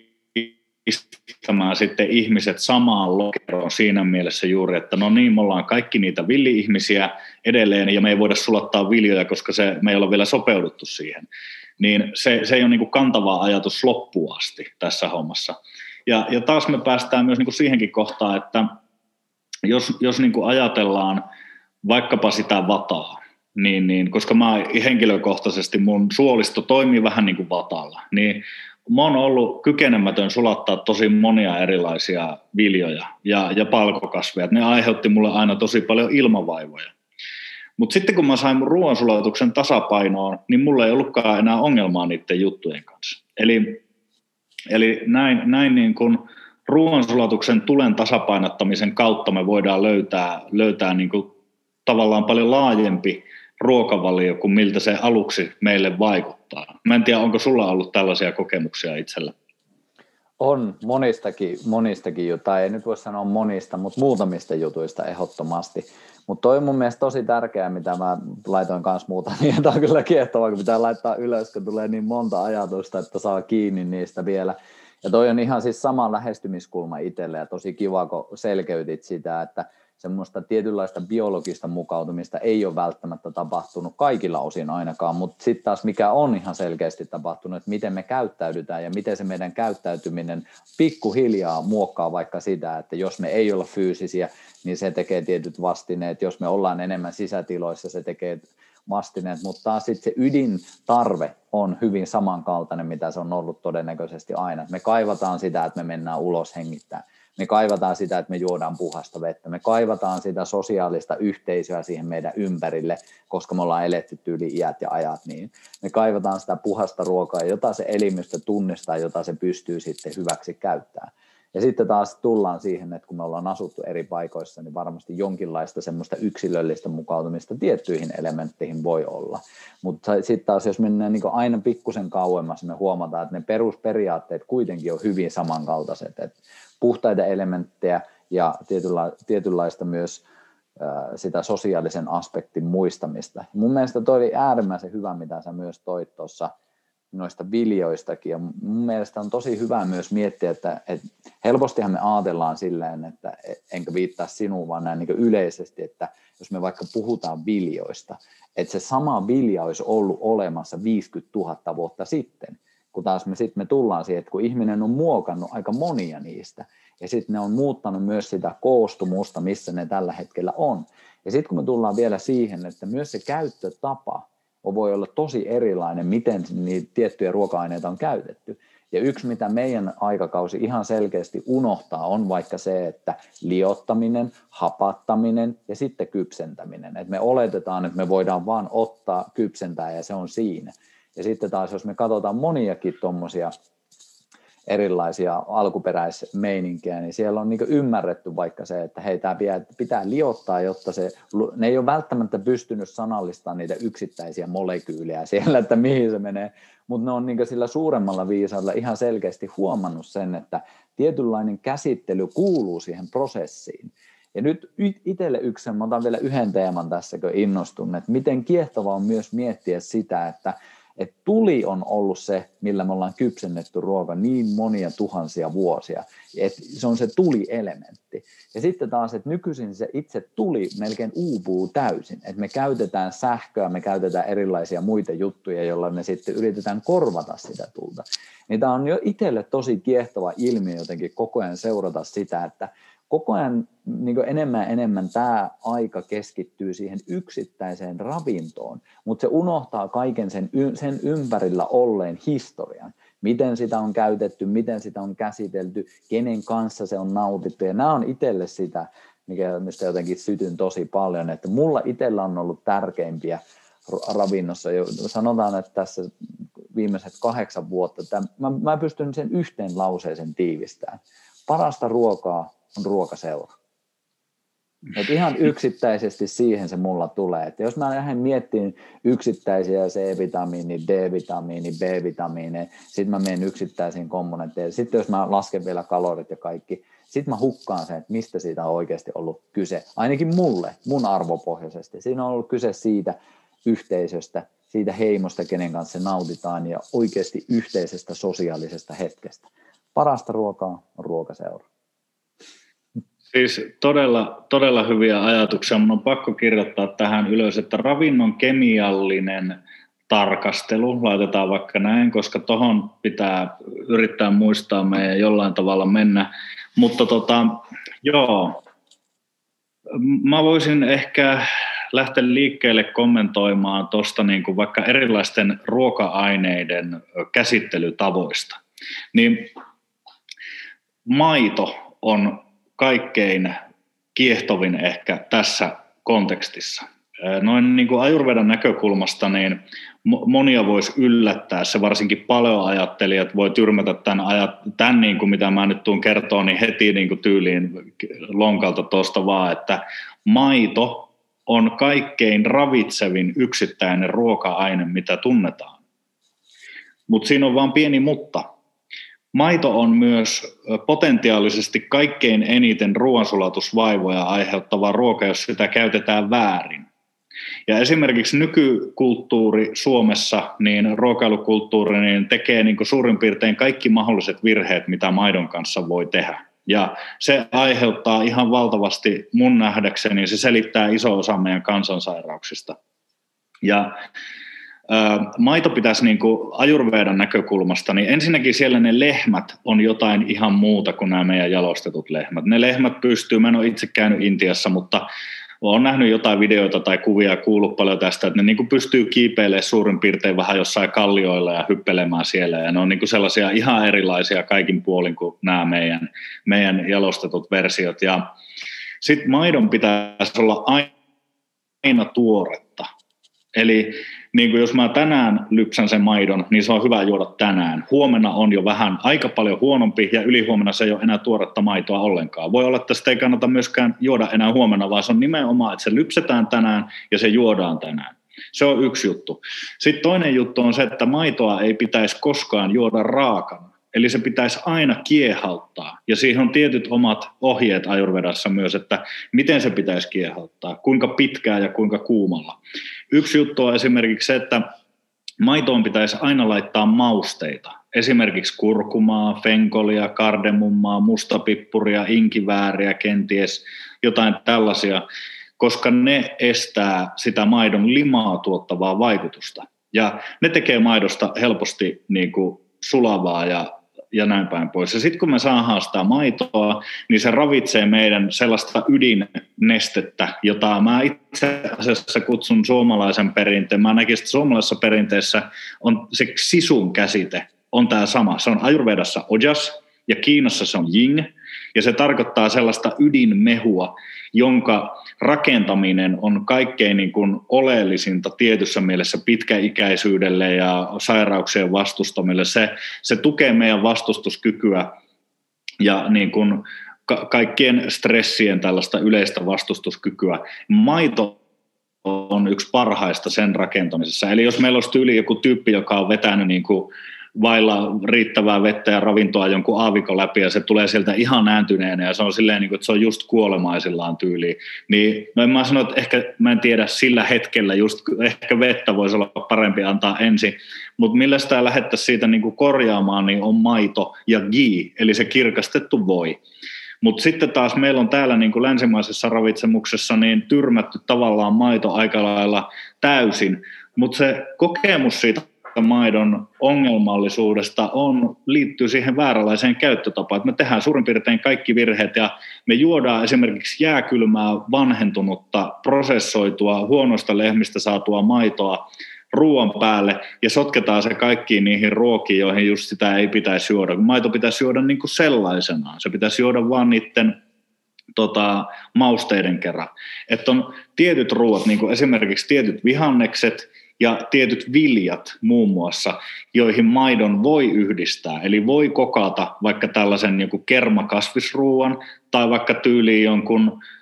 pistämään sitten ihmiset samaan lokeroon siinä mielessä juuri, että no niin, me ollaan kaikki niitä villi-ihmisiä edelleen ja me ei voida sulattaa viljoja, koska se, me ei ole vielä sopeuduttu siihen. Niin se, se ei ole niin kuin kantava ajatus loppuun asti tässä hommassa. Ja, ja taas me päästään myös niin kuin siihenkin kohtaan, että jos, jos niin kuin ajatellaan vaikkapa sitä vataa, niin, niin, koska mä henkilökohtaisesti mun suolisto toimii vähän niin kuin vatalla, niin mä oon ollut kykenemätön sulattaa tosi monia erilaisia viljoja ja, ja palkokasveja. Ne aiheutti mulle aina tosi paljon ilmavaivoja. Mutta sitten kun mä sain mun ruoansulatuksen tasapainoon, niin mulla ei ollutkaan enää ongelmaa niiden juttujen kanssa. Eli, eli näin, näin niin kun ruoansulatuksen tulen tasapainottamisen kautta me voidaan löytää, löytää niin kun tavallaan paljon laajempi ruokavalio kuin miltä se aluksi meille vaikuttaa. Mä en tiedä, onko sulla ollut tällaisia kokemuksia itsellä? On monistakin, monistakin tai ei nyt voi sanoa monista, mutta muutamista jutuista ehdottomasti. Mutta toi on mun mielestä tosi tärkeää, mitä mä laitoin kanssa muutamia, tämä on kyllä kiehtovaa, kun pitää laittaa ylös, kun tulee niin monta ajatusta, että saa kiinni niistä vielä. Ja toi on ihan siis sama lähestymiskulma itselle ja tosi kiva, kun selkeytit sitä, että semmoista tietynlaista biologista mukautumista ei ole välttämättä tapahtunut kaikilla osin ainakaan, mutta sitten taas mikä on ihan selkeästi tapahtunut, että miten me käyttäydytään ja miten se meidän käyttäytyminen pikkuhiljaa muokkaa vaikka sitä, että jos me ei olla fyysisiä, niin se tekee tietyt vastineet, jos me ollaan enemmän sisätiloissa, se tekee vastineet, mutta taas sitten se ydintarve on hyvin samankaltainen, mitä se on ollut todennäköisesti aina. Me kaivataan sitä, että me mennään ulos hengittämään. Me kaivataan sitä, että me juodaan puhasta vettä. Me kaivataan sitä sosiaalista yhteisöä siihen meidän ympärille, koska me ollaan eletty tyyli iät ja ajat. Niin me kaivataan sitä puhasta ruokaa, jota se elimistö tunnistaa, jota se pystyy sitten hyväksi käyttämään. Ja sitten taas tullaan siihen, että kun me ollaan asuttu eri paikoissa, niin varmasti jonkinlaista semmoista yksilöllistä mukautumista tiettyihin elementteihin voi olla. Mutta sitten taas, jos mennään niin aina pikkusen kauemmas, me huomataan, että ne perusperiaatteet kuitenkin on hyvin samankaltaiset. Että puhtaita elementtejä ja tietynla, tietynlaista myös äh, sitä sosiaalisen aspektin muistamista. Ja mun mielestä toi oli äärimmäisen hyvä, mitä sä myös toit tuossa noista viljoistakin. Ja mun mielestä on tosi hyvä myös miettiä, että, että helpostihan me ajatellaan silleen, että enkä viittaa sinuun, vaan näin niin yleisesti, että jos me vaikka puhutaan viljoista, että se sama vilja olisi ollut olemassa viisikymmentätuhatta vuotta sitten, kun taas me sitten me tullaan siihen, että kun ihminen on muokannut aika monia niistä, ja sitten ne on muuttanut myös sitä koostumusta, missä ne tällä hetkellä on. Ja sitten kun me tullaan vielä siihen, että myös se käyttötapa voi olla tosi erilainen, miten niitä tiettyjä ruoka-aineita on käytetty. Ja yksi, mitä meidän aikakausi ihan selkeästi unohtaa, on vaikka se, että liottaminen, hapattaminen ja sitten kypsentäminen. Et me oletetaan, että me voidaan vaan ottaa, kypsentää ja se on siinä. Ja sitten taas, jos me katsotaan moniakin tuommoisia erilaisia alkuperäismeininkejä, niin siellä on niin ymmärretty vaikka se, että hei, tämä pitää liottaa, jotta se, ne ei ole välttämättä pystynyt sanallistamaan niitä yksittäisiä molekyylejä siellä, että mihin se menee, mutta ne on niin sillä suuremmalla viisaudella ihan selkeästi huomannut sen, että tietynlainen käsittely kuuluu siihen prosessiin. Ja nyt itselle yksi, mä otan vielä yhden teeman tässä, kun innostun, että miten kiehtovaa on myös miettiä sitä, että että tuli on ollut se, millä me ollaan kypsennetty ruoka niin monia tuhansia vuosia, että se on se tuli-elementti. Ja sitten taas, että nykyisin se itse tuli melkein uupuu täysin, että me käytetään sähköä, me käytetään erilaisia muita juttuja, joilla me sitten yritetään korvata sitä tulta. Niin tämä on jo itselle tosi kiehtova ilmiö jotenkin koko ajan seurata sitä, että koko ajan niin enemmän ja enemmän tämä aika keskittyy siihen yksittäiseen ravintoon, mutta se unohtaa kaiken sen, sen ympärillä olleen historian. Miten sitä on käytetty, miten sitä on käsitelty, kenen kanssa se on nautittu. Ja nämä on itselle sitä, mikä, mistä jotenkin sytyn tosi paljon, että mulla itsellä on ollut tärkeimpiä ravinnossa. Sanotaan, että tässä viimeiset kahdeksan vuotta, tämän, mä, mä pystyn sen yhteen lauseeseen tiivistämään. Parasta ruokaa on ruokaseura. Et ihan yksittäisesti siihen se mulla tulee. Et jos mä lähden miettimään yksittäisiä C-vitamiini, D-vitamiini, B-vitamiineja, sitten mä menen yksittäisiin komponentteihin. Sitten jos mä lasken vielä kalorit ja kaikki, sitten mä hukkaan sen, että mistä siitä on oikeasti ollut kyse. Ainakin mulle, mun arvopohjaisesti. Siinä on ollut kyse siitä yhteisöstä, siitä heimosta, kenen kanssa nautitaan ja oikeasti yhteisestä sosiaalisesta hetkestä. Parasta ruokaa on ruokaseura. Siis todella, todella hyviä ajatuksia. Mun on pakko kirjoittaa tähän ylös, että ravinnon kemiallinen tarkastelu, laitetaan vaikka näin, koska tohon pitää yrittää muistaa meidän jollain tavalla mennä. Mutta tota, joo, mä voisin ehkä lähteä liikkeelle kommentoimaan tuosta niin kuin vaikka erilaisten ruoka-aineiden käsittelytavoista. Niin maito on kaikkein kiehtovin ehkä tässä kontekstissa. Noin niin kuin Ayurvedan näkökulmasta niin monia voisi yllättää, se varsinkin paleoajattelijat voi tyrmätä tämän, ajat, tämän niin kuin mitä mä nyt tuun kertoa, niin heti niin kuin tyyliin lonkalta tuosta vaan, että maito on kaikkein ravitsevin yksittäinen ruoka-aine, mitä tunnetaan. Mutta siinä on vaan pieni mutta. Maito on myös potentiaalisesti kaikkein eniten ruoansulatusvaivoja aiheuttava ruoka, jos sitä käytetään väärin. Ja esimerkiksi nykykulttuuri Suomessa, niin ruokailukulttuuri, niin tekee niin kuin suurin piirtein kaikki mahdolliset virheet, mitä maidon kanssa voi tehdä. Ja se aiheuttaa ihan valtavasti mun nähdäkseni, se selittää iso osa meidän kansansairauksista. Ja maito pitäisi niin kuin Ayurvedan näkökulmasta, niin ensinnäkin siellä ne lehmät on jotain ihan muuta kuin nämä meidän jalostetut lehmät. Ne lehmät pystyy, mä en ole itse käynyt Intiassa, mutta olen nähnyt jotain videoita tai kuvia ja kuullut paljon tästä, että ne niin kuin pystyy kiipeilemään suurin piirtein vähän jossain kallioilla ja hyppelemään siellä. Ja ne on niin kuin sellaisia ihan erilaisia kaikin puolin kuin nämä meidän, meidän jalostetut versiot. Ja sitten maidon pitäisi olla aina tuoretta. Eli niin kuin jos mä tänään lypsän sen maidon, niin se on hyvä juoda tänään. Huomenna on jo vähän aika paljon huonompi ja ylihuomenna se ei ole enää tuoretta maitoa ollenkaan. Voi olla, että sitä ei kannata myöskään juoda enää huomenna, vaan se on nimenomaan, että se lypsetään tänään ja se juodaan tänään. Se on yksi juttu. Sitten toinen juttu on se, että maitoa ei pitäisi koskaan juoda raakana. Eli se pitäisi aina kiehauttaa, ja siihen on tietyt omat ohjeet Ayurvedassa myös, että miten se pitäisi kiehauttaa, kuinka pitkään ja kuinka kuumalla. Yksi juttu on esimerkiksi se, että maitoon pitäisi aina laittaa mausteita, esimerkiksi kurkumaa, fenkolia, kardemummaa, mustapippuria, inkivääriä, kenties jotain tällaisia, koska ne estää sitä maidon limaa tuottavaa vaikutusta, ja ne tekee maidosta helposti niin kuin sulavaa ja ja näin päin pois. Ja sitten kun me saadaan sitä maitoa, niin se ravitsee meidän sellaista ydinnestettä, jota mä itse asiassa kutsun suomalaisen perinteen. Mä näkisin, että suomalaisessa perinteessä on se sisun käsite, on tämä sama. Se on Ayurvedassa ojas ja Kiinassa se on jing, ja se tarkoittaa sellaista ydinmehua, jonka rakentaminen on kaikkein niin kuin oleellisinta tietyssä mielessä pitkäikäisyydelle ja sairauksien vastustamille. Se, se tukee meidän vastustuskykyä ja niin kuin ka- kaikkien stressien tällaista yleistä vastustuskykyä. Maito on yksi parhaista sen rakentamisessa. Eli jos meillä olisi tyyli joku tyyppi, joka on vetänyt niin kuin vailla riittävää vettä ja ravintoa jonkun aavikon läpi ja se tulee sieltä ihan ääntyneenä ja se on silleen, että se on just kuolemaisillaan tyyliin. Niin, no en mä sano, että ehkä mä en tiedä sillä hetkellä just, ehkä vettä voisi olla parempi antaa ensin, mutta millä sitä lähdettäisiin siitä niin kuin korjaamaan, niin on maito ja ghee, eli se kirkastettu voi. Mutta sitten taas meillä on täällä niin kuin länsimaisessa ravitsemuksessa niin tyrmätty tavallaan maito aika lailla täysin, mutta se kokemus siitä maidon ongelmallisuudesta on, liittyy siihen vääränlaiseen käyttötapaan, että me tehdään suurin piirtein kaikki virheet ja me juodaan esimerkiksi jääkylmää, vanhentunutta, prosessoitua, huonoista lehmistä saatua maitoa ruoan päälle ja sotketaan se kaikkiin niihin ruokiin, joihin just sitä ei pitäisi juoda. Maito pitäisi juoda niin kuin sellaisenaan, se pitäisi juoda vaan niiden tota, mausteiden kerran. Että on tietyt ruoat, niin kuin esimerkiksi tietyt vihannekset, ja tietyt viljat muun muassa, joihin maidon voi yhdistää. Eli voi kokata vaikka tällaisen joku kermakasvisruuan tai vaikka tyyliin jonkun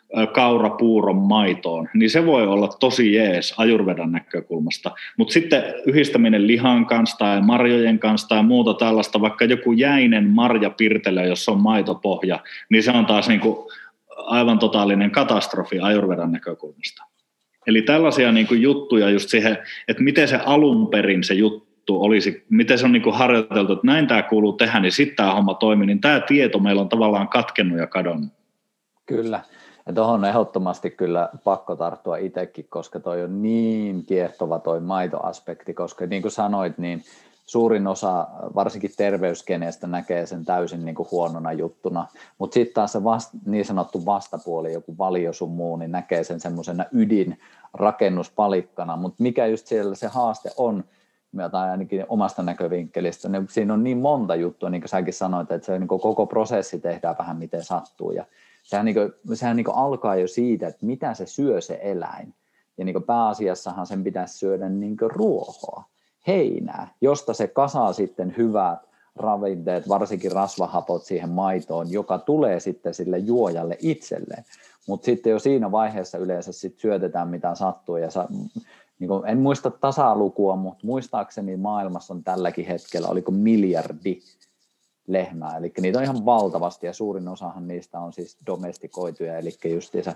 kaurapuuron maitoon, niin se voi olla tosi jees Ayurvedan näkökulmasta. Mutta sitten yhdistäminen lihan kanssa tai marjojen kanssa tai muuta tällaista, vaikka joku jäinen marjapirtelö, jossa on maitopohja, niin se on taas niinku aivan totaalinen katastrofi Ayurvedan näkökulmasta. Eli tällaisia niinku juttuja just siihen, että miten se alun perin se juttu olisi, miten se on niinku harjoiteltu, että näin tämä kuuluu tehdä, niin sitten tämä homma toimii, niin tämä tieto meillä on tavallaan katkennut ja kadonnut. Kyllä. Ja tuohon on ehdottomasti kyllä pakko tarttua itsekin, koska toi on niin kiehtova toi maitoaspekti, koska niin kuin sanoit, niin suurin osa varsinkin terveyskeneestä näkee sen täysin niin kuin huonona juttuna, mutta sitten taas se vast, niin sanottu vastapuoli, joku valio sun muu, niin näkee sen semmoisena ydinrakennuspalikkana, mutta mikä just siellä se haaste on, tai ainakin omasta näkövinkkelistä, niin siinä on niin monta juttua, niin kuin säkin sanoit, että se niin kuin koko prosessi tehdään vähän miten sattuu, ja sehän, niin kuin, sehän niin kuin alkaa jo siitä, että mitä se syö se eläin. Ja niin kuin pääasiassahan sen pitäisi syödä niin kuin ruohoa, heinää, josta se kasaa sitten hyvät ravinteet, varsinkin rasvahapot siihen maitoon, joka tulee sitten sille juojalle itselleen. Mutta sitten jo siinä vaiheessa yleensä sit syötetään mitä sattuu. Ja sa, niin kuin, en muista tasalukua, mutta muistaakseni maailmassa on tälläkin hetkellä, oliko miljardi lehmää, eli niitä on ihan valtavasti ja suurin osahan niistä on siis domestikoituja, eli justiinsa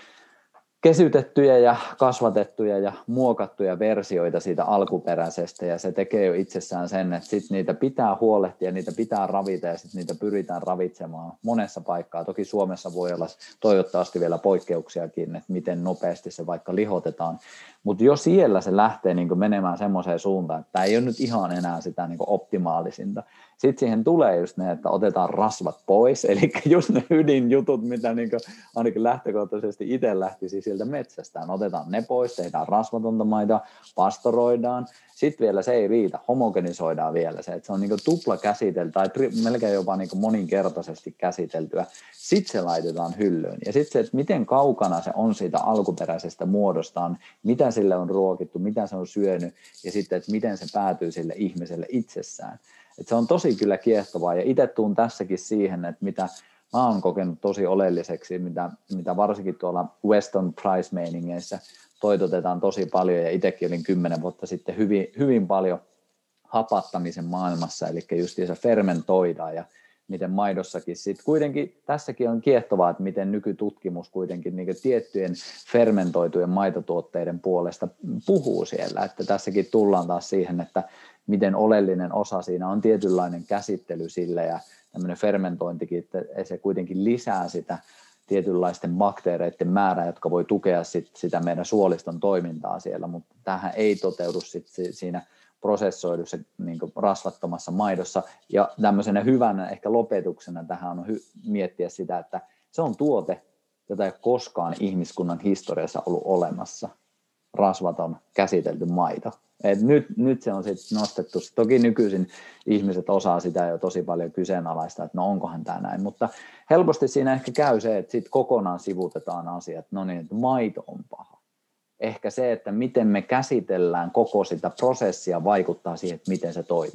kesytettyjä ja kasvatettuja ja muokattuja versioita siitä alkuperäisestä, ja se tekee jo itsessään sen, että sit niitä pitää huolehtia, niitä pitää ravita ja sitten niitä pyritään ravitsemaan monessa paikkaa. Toki Suomessa voi olla toivottavasti vielä poikkeuksiakin, että miten nopeasti se vaikka lihotetaan, mutta jo siellä se lähtee niin kuin menemään semmoiseen suuntaan, että tämä ei ole nyt ihan enää sitä niin kuin optimaalisinta. Sitten siihen tulee just ne, että otetaan rasvat pois, eli just ne ydinjutut, mitä niin kuin ainakin lähtökohtaisesti itse lähtisi sieltä metsästään. Otetaan ne pois, tehdään rasvatonta maitoa, pastoroidaan. Sitten vielä se ei riitä, homogenisoidaan vielä se, että se on niin kuin tupla käsitelty tai melkein jopa niin kuin moninkertaisesti käsiteltyä. Sitten se laitetaan hyllyyn. Ja sitten se, että miten kaukana se on siitä alkuperäisestä muodostaan, mitä sille on ruokittu, mitä se on syönyt ja sitten, että miten se päätyy sille ihmiselle itsessään. Että se on tosi kyllä kiehtovaa ja itse tuun tässäkin siihen, että mitä mä oon kokenut tosi oleelliseksi, mitä, mitä varsinkin tuolla Weston Price-meiningeissä toitotetaan tosi paljon ja itsekin olin kymmenen vuotta sitten hyvin, hyvin paljon hapattamisen maailmassa, eli justiinsa fermentoidaan ja miten maidossakin sitten kuitenkin, tässäkin on kiehtovaa, että miten nykytutkimus kuitenkin niin tiettyjen fermentoitujen maitotuotteiden puolesta puhuu siellä, että tässäkin tullaan taas siihen, että miten oleellinen osa siinä on tietynlainen käsittely sille ja tämmöinen fermentointikin, että se kuitenkin lisää sitä tietynlaisten bakteereiden määrää, jotka voi tukea sit sitä meidän suoliston toimintaa siellä, mutta tämähän ei toteudu sit siinä prosessoidussa niin kuin rasvattomassa maidossa. Ja tämmöisenä hyvänä ehkä lopetuksena tähän on hy- miettiä sitä, että se on tuote, jota ei ole koskaan ihmiskunnan historiassa ollut olemassa, rasvaton käsitelty maito. Et nyt, nyt se on sitten nostettu. Toki nykyisin ihmiset osaa sitä jo tosi paljon kyseenalaista, että no onkohan tämä näin, mutta helposti siinä ehkä käy se, että sitten kokonaan sivutetaan asiat, no niin, että maito on paha. Ehkä se, että miten me käsitellään koko sitä prosessia vaikuttaa siihen, että miten se toimii.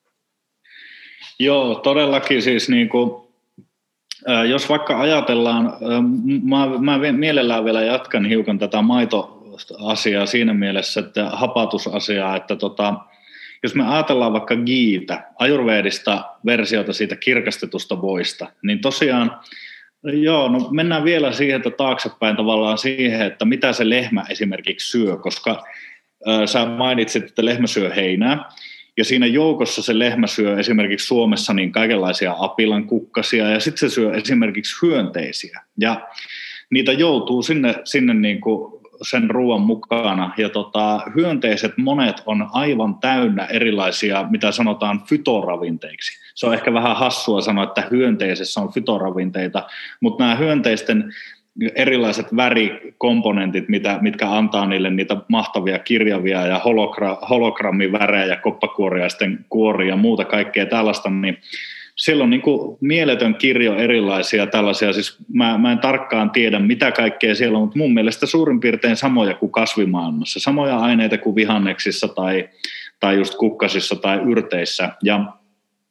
Joo, todellakin siis niin kuin, jos vaikka ajatellaan, mä, mä mielellään vielä jatkan hiukan tätä maitoasiaa siinä mielessä, että hapatusasiaa, että tota, jos me ajatellaan vaikka giitä, ayurvedista versiota siitä kirkastetusta voista, niin tosiaan joo, no mennään vielä siihen, että taaksepäin tavallaan siihen, että mitä se lehmä esimerkiksi syö, koska äh, sä mainitsit, että lehmä syö heinää, ja siinä joukossa se lehmä syö esimerkiksi Suomessa niin kaikenlaisia apilan kukkasia, ja sitten se syö esimerkiksi hyönteisiä, ja niitä joutuu sinne, sinne niin kuin sen ruoan mukana, ja tota, hyönteiset monet on aivan täynnä erilaisia, mitä sanotaan fytoravinteiksi. Se on ehkä vähän hassua sanoa, että hyönteisessä on fytoravinteita, mutta nämä hyönteisten erilaiset värikomponentit, mitä, mitkä antaa niille niitä mahtavia kirjavia ja hologra, hologrammivärejä, koppakuoriaisten kuoria ja muuta kaikkea tällaista, niin siellä on niin kuin mieletön kirjo erilaisia tällaisia, siis mä, mä en tarkkaan tiedä mitä kaikkea siellä on, mutta mun mielestä suurin piirtein samoja kuin kasvimaailmassa, samoja aineita kuin vihanneksissa tai, tai just kukkasissa tai yrteissä. Ja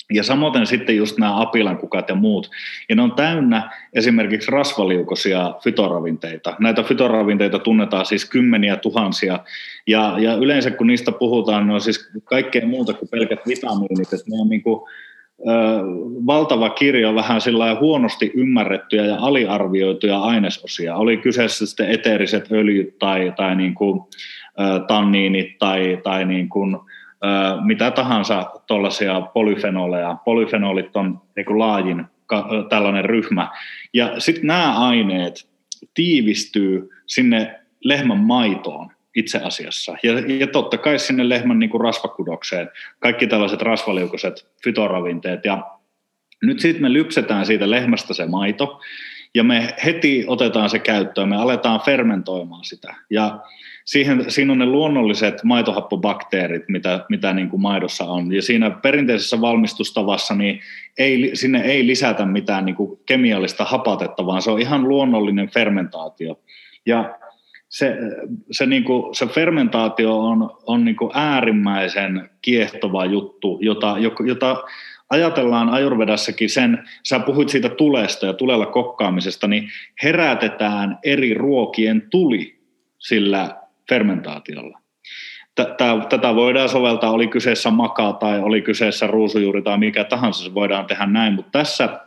Ja samoin sitten just nämä apilankukat ja muut. Ja ne on täynnä esimerkiksi rasvaliukoisia fytoravinteita. Näitä fytoravinteita tunnetaan siis kymmeniä tuhansia. Ja, ja yleensä kun niistä puhutaan, ne on siis kaikkea muuta kuin pelkät vitamiinit. Että ne on niin kuin, ö, valtava kirjo vähän sillä huonosti ymmärrettyjä ja aliarvioituja ainesosia. Oli kyseessä sitten eteeriset öljyt tai, tai niin kuin, ö, tanniinit tai, tai niin kuin, mitä tahansa tuollaisia polyfenoleja. Polyfenolit on niin kuin laajin tällainen ryhmä. Ja sitten nämä aineet tiivistyy sinne lehmän maitoon itse asiassa. Ja, ja totta kai sinne lehmän niin kuin rasvakudokseen. Kaikki tällaiset rasvaliukoiset fytoravinteet. Ja nyt sitten me lypsetään siitä lehmästä se maito. Ja me heti otetaan se käyttöön. Me aletaan fermentoimaan sitä. Ja Siihen, siinä on ne luonnolliset maitohappobakteerit, mitä, mitä niin kuin maidossa on. Ja siinä perinteisessä valmistustavassa niin ei, sinne ei lisätä mitään niin kuin kemiallista hapatetta, vaan se on ihan luonnollinen fermentaatio. Ja se, se, niin kuin, se fermentaatio on, on niin kuin äärimmäisen kiehtova juttu, jota, jota ajatellaan Ayurvedassakin sen, sä puhuit siitä tulesta ja tulella kokkaamisesta, niin herätetään eri ruokien tuli sillä fermentaatiolla. Tätä voidaan soveltaa, oli kyseessä maka tai oli kyseessä ruusujuuri tai mikä tahansa, se voidaan tehdä näin, mutta tässä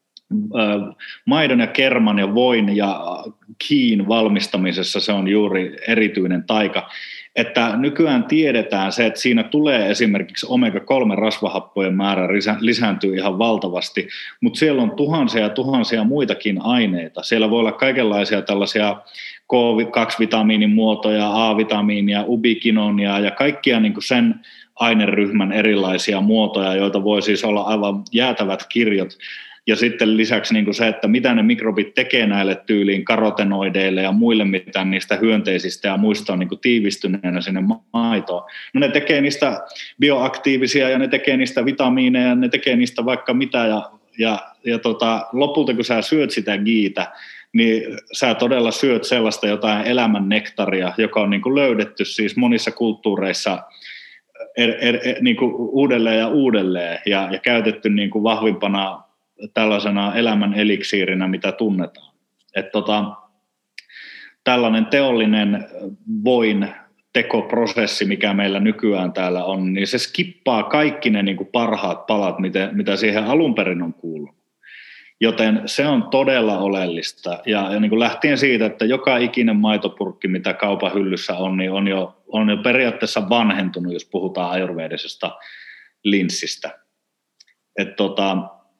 maidon ja kerman ja voin ja kiin valmistamisessa se on juuri erityinen taika, että nykyään tiedetään se, että siinä tulee esimerkiksi omega kolme rasvahappojen määrä lisääntyy ihan valtavasti, mutta siellä on tuhansia ja tuhansia muitakin aineita. Siellä voi olla kaikenlaisia tällaisia K kaksi -vitamiinin muotoja, A-vitamiinia, ubikinonia ja kaikkia niin kuin sen aineryhmän erilaisia muotoja, joita voi siis olla aivan jäätävät kirjot. Ja sitten lisäksi niin kuin se, että mitä ne mikrobit tekee näille tyyliin karotenoideille ja muille, mitä niistä hyönteisistä ja muista on niin kuin tiivistyneenä sinne maitoon. No ne tekee niistä bioaktiivisia ja ne tekee niistä vitamiineja ja ne tekee niistä vaikka mitä. Ja, ja, ja tota, lopulta kun sä syöt sitä giitä, niin sä todella syöt sellaista jotain elämän nektaria, joka on niin kuin löydetty siis monissa kulttuureissa er, er, er, niin kuin uudelleen ja uudelleen ja, ja käytetty niin kuin vahvimpana tällaisena elämän eliksiirinä, mitä tunnetaan. Et tota, tällainen teollinen voin tekoprosessi, mikä meillä nykyään täällä on, niin se skippaa kaikki ne niin kuin parhaat palat, mitä, mitä siihen alun perin on kuulunut. Joten se on todella oleellista. Ja, ja niin kuin lähtien siitä, että joka ikinen maitopurkki, mitä kaupan hyllyssä on, niin on jo, on jo periaatteessa vanhentunut, jos puhutaan ayurvedisesta linssistä. Et tota,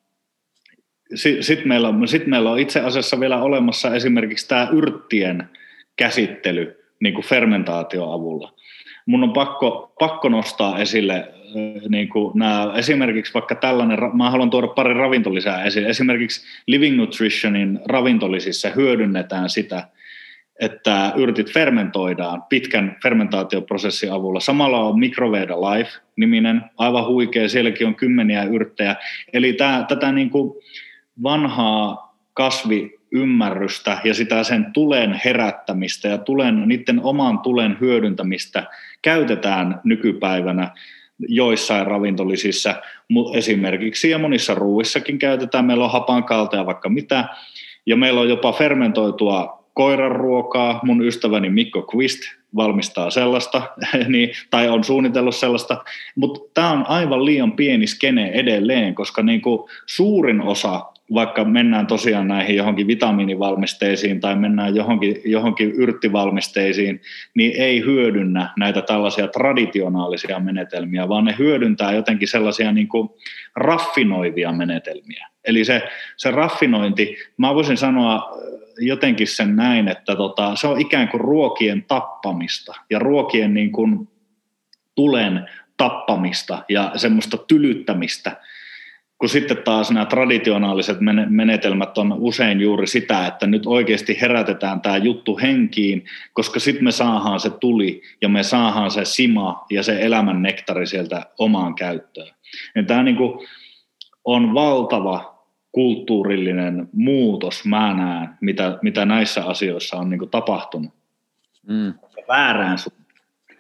Sitten sit meillä, sit meillä on itse asiassa vielä olemassa esimerkiksi tämä yrttien käsittely niin kuin fermentaation avulla. Mun on pakko, pakko nostaa esille niin kuin nämä, esimerkiksi vaikka tällainen, mä haluan tuoda pari ravintolisää esille. Esimerkiksi Living Nutritionin ravintolisissa hyödynnetään sitä, että yrtit fermentoidaan pitkän fermentaatioprosessin avulla. Samalla on Microveda Life-niminen, aivan huikea, sielläkin on kymmeniä yrttejä. Eli tää, tätä niin kuin vanhaa kasviymmärrystä ja sitä sen tulen herättämistä ja tulen, niiden oman tulen hyödyntämistä käytetään nykypäivänä joissain ravintolisissa, esimerkiksi ja monissa ruuissakin käytetään. Meillä on hapankalta ja vaikka mitä, ja meillä on jopa fermentoitua koiran ruokaa. Mun ystäväni Mikko Quist valmistaa sellaista, niin, tai on suunnitellut sellaista, mutta tämä on aivan liian pieni skene edelleen, koska niinku suurin osa, vaikka mennään tosiaan näihin johonkin vitamiinivalmisteisiin tai mennään johonkin, johonkin yrttivalmisteisiin, niin ei hyödynnä näitä tällaisia traditionaalisia menetelmiä, vaan ne hyödyntää jotenkin sellaisia niinku raffinoivia menetelmiä. Eli se, se raffinointi, mä voisin sanoa jotenkin sen näin, että tota, se on ikään kuin ruokien tappamista ja ruokien niin kuin tulen tappamista ja semmoista tylyttämistä, kun sitten taas nämä traditionaaliset menetelmät on usein juuri sitä, että nyt oikeasti herätetään tämä juttu henkiin, koska sitten me saadaan se tuli ja me saadaan se sima ja se elämän nektari sieltä omaan käyttöön. Ja tämä niin kuin on valtava kulttuurillinen muutos, mä näen, mitä, mitä näissä asioissa on niin kuin tapahtunut. Mm. Väärään suuntaan.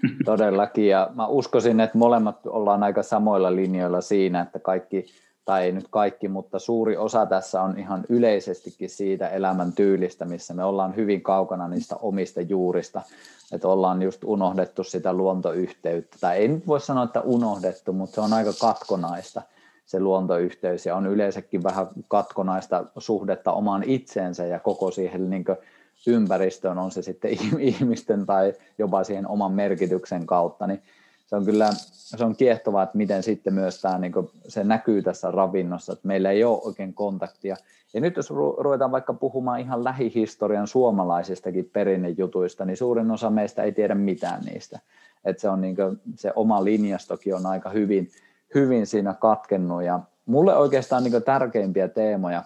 Todellakin, ja mä uskoisin, että molemmat ollaan aika samoilla linjoilla siinä, että kaikki, tai ei nyt kaikki, mutta suuri osa tässä on ihan yleisestikin siitä elämän tyylistä, missä me ollaan hyvin kaukana niistä omista juurista, että ollaan just unohdettu sitä luontoyhteyttä, tai ei nyt voi sanoa, että unohdettu, mutta se on aika katkonaista se luontoyhteys, ja on yleensäkin vähän katkonaista suhdetta omaan itseensä ja koko siihen niin kuin ympäristöön, on se sitten ihmisten tai jopa siihen oman merkityksen kautta, niin se on kyllä se on kiehtovaa, että miten sitten myös tämä, niin kuin, se näkyy tässä ravinnossa, että meillä ei ole oikein kontaktia. Ja nyt jos ruvetaan vaikka puhumaan ihan lähihistorian suomalaisistakin perinnejutuista, niin suurin osa meistä ei tiedä mitään niistä. Että se, on niin kuin, se oma linjastokin on aika hyvin, hyvin siinä katkennut. Ja mulle oikeastaan niin kuin tärkeimpiä teemoja,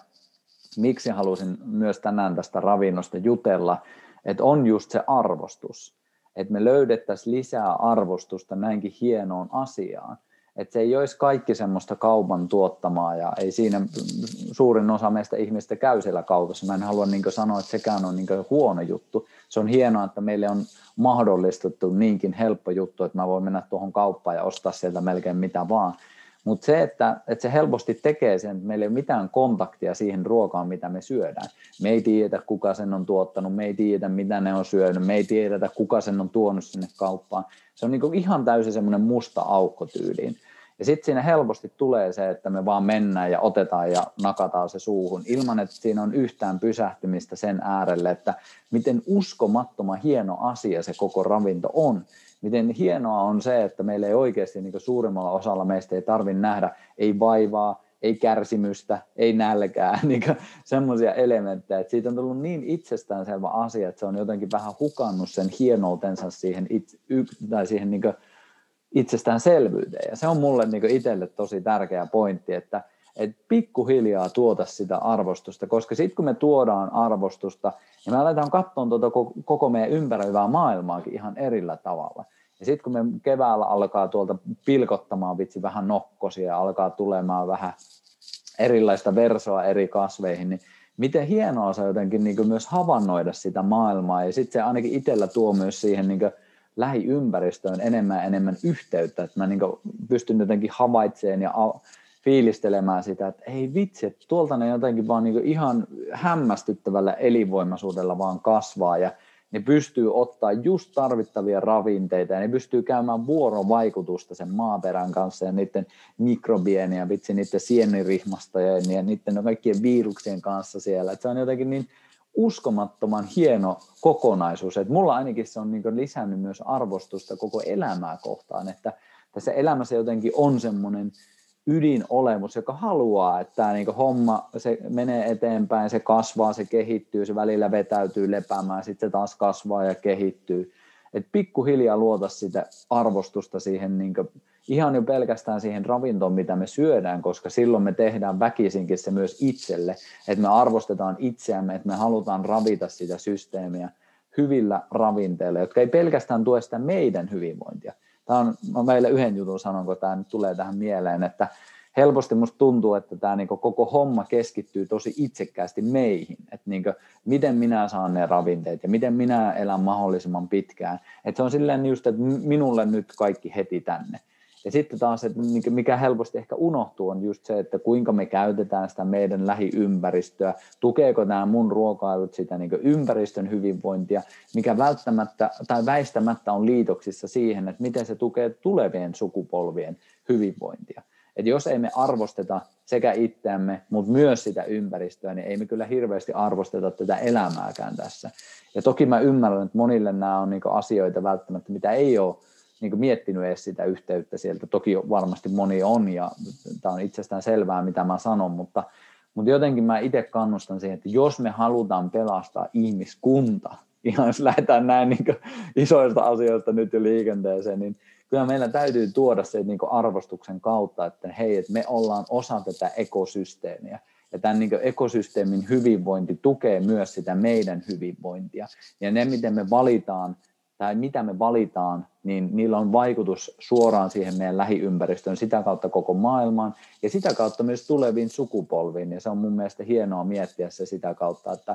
miksi halusin myös tänään tästä ravinnosta jutella, että on just se arvostus, että me löydettäisiin lisää arvostusta näinkin hienoon asiaan, että se ei olisi kaikki semmoista kaupan tuottamaa ja ei siinä suurin osa meistä ihmistä käy siellä kaupassa. Mä en halua niin kuin sanoa, että sekään on niin kuin huono juttu. Se on hienoa, että meille on mahdollistettu niinkin helppo juttu, että mä voin mennä tuohon kauppaan ja ostaa sieltä melkein mitä vaan. Mutta se, että, että se helposti tekee sen, että meillä ei ole mitään kontaktia siihen ruokaan, mitä me syödään. Me ei tiedetä, kuka sen on tuottanut, me ei tiedetä, mitä ne on syönyt, me ei tiedetä, kuka sen on tuonut sinne kauppaan. Se on niinku ihan täysin semmoinen musta aukko tyyliin. Ja sitten siinä helposti tulee se, että me vaan mennään ja otetaan ja nakataan se suuhun, ilman että siinä on yhtään pysähtymistä sen äärelle, että miten uskomattoman hieno asia se koko ravinto on. Miten hienoa on se, että meillä ei oikeasti niin kuin suurimmalla osalla meistä ei tarvitse nähdä ei vaivaa, ei kärsimystä, ei nälkää, niin semmoisia elementtejä, että siitä on tullut niin itsestäänselvä asia, että se on jotenkin vähän hukannut sen hienoutensa siihen, itse, tai siihen niin kuin itsestäänselvyyteen. Ja se on mulle niin kuin itselle tosi tärkeä pointti, että, että pikkuhiljaa tuota sitä arvostusta, koska sitten kun me tuodaan arvostusta, niin me aletaan katsoa tuota koko meidän ympäröivää maailmaakin ihan erillä tavalla. Ja sitten kun me keväällä alkaa tuolta pilkottamaan vitsi vähän nokkosia ja alkaa tulemaan vähän erilaista versoa eri kasveihin, niin miten hienoa se jotenkin niin kuin myös havainnoida sitä maailmaa. Ja sitten se ainakin itsellä tuo myös siihen niin kuin lähiympäristöön enemmän ja enemmän yhteyttä, että mä niin kuin pystyn jotenkin havaitsemaan ja fiilistelemään sitä, että ei vitsi, että tuolta ne jotenkin vaan niin kuin ihan hämmästyttävällä elinvoimaisuudella vaan kasvaa ja ne pystyy ottaa just tarvittavia ravinteita ja ne pystyy käymään vuorovaikutusta sen maaperän kanssa ja niiden mikrobien ja vitsi niiden sienirihmastojen ja niiden kaikkien viruksien kanssa siellä. Että se on jotenkin niin uskomattoman hieno kokonaisuus, että mulla ainakin se on niin kuin lisännyt myös arvostusta koko elämää kohtaan, että tässä elämässä jotenkin on semmoinen ydinolemus, joka haluaa, että tämä niinku homma se menee eteenpäin, se kasvaa, se kehittyy, se välillä vetäytyy lepäämään, sitten se taas kasvaa ja kehittyy. Et pikkuhiljaa luota sitä arvostusta siihen niinku, ihan jo pelkästään siihen ravintoon, mitä me syödään, koska silloin me tehdään väkisinkin se myös itselle, että me arvostetaan itseämme, että me halutaan ravita sitä systeemiä hyvillä ravinteilla, jotka ei pelkästään tue sitä meidän hyvinvointia. Tämä on, mä meille yhden jutun sanon, kun tämä nyt tulee tähän mieleen, että helposti musta tuntuu, että tämä niin koko homma keskittyy tosi itsekkäästi meihin, että niin kuin, miten minä saan ne ravinteet ja miten minä elän mahdollisimman pitkään. Että se on silleen just, että minulle nyt kaikki heti tänne. Ja sitten taas, että mikä helposti ehkä unohtuu, on just se, että kuinka me käytetään sitä meidän lähiympäristöä, tukeeko nämä mun ruokailut sitä niin kuin ympäristön hyvinvointia, mikä välttämättä tai väistämättä on liitoksissa siihen, että miten se tukee tulevien sukupolvien hyvinvointia. Että jos ei me arvosteta sekä itseämme, mutta myös sitä ympäristöä, niin ei me kyllä hirveästi arvosteta tätä elämääkään tässä. Ja toki mä ymmärrän, että monille nämä on niin kuin asioita välttämättä, mitä ei ole niin kuin miettinyt edes sitä yhteyttä sieltä. Toki varmasti moni on, ja tämä on itsestään selvää, mitä mä sanon, mutta, mutta jotenkin mä itse kannustan siihen, että jos me halutaan pelastaa ihmiskunta, ihan jos lähdetään näin niin kuin isoista asioista nyt jo liikenteeseen, niin kyllä meillä täytyy tuoda se niin kuin arvostuksen kautta, että hei, että me ollaan osa tätä ekosysteemiä. Ja tämän niin kuin ekosysteemin hyvinvointi tukee myös sitä meidän hyvinvointia. Ja ne, miten me valitaan, tai mitä me valitaan, niin niillä on vaikutus suoraan siihen meidän lähiympäristöön, sitä kautta koko maailmaan ja sitä kautta myös tuleviin sukupolviin. Ja se on mun mielestä hienoa miettiä se sitä kautta, että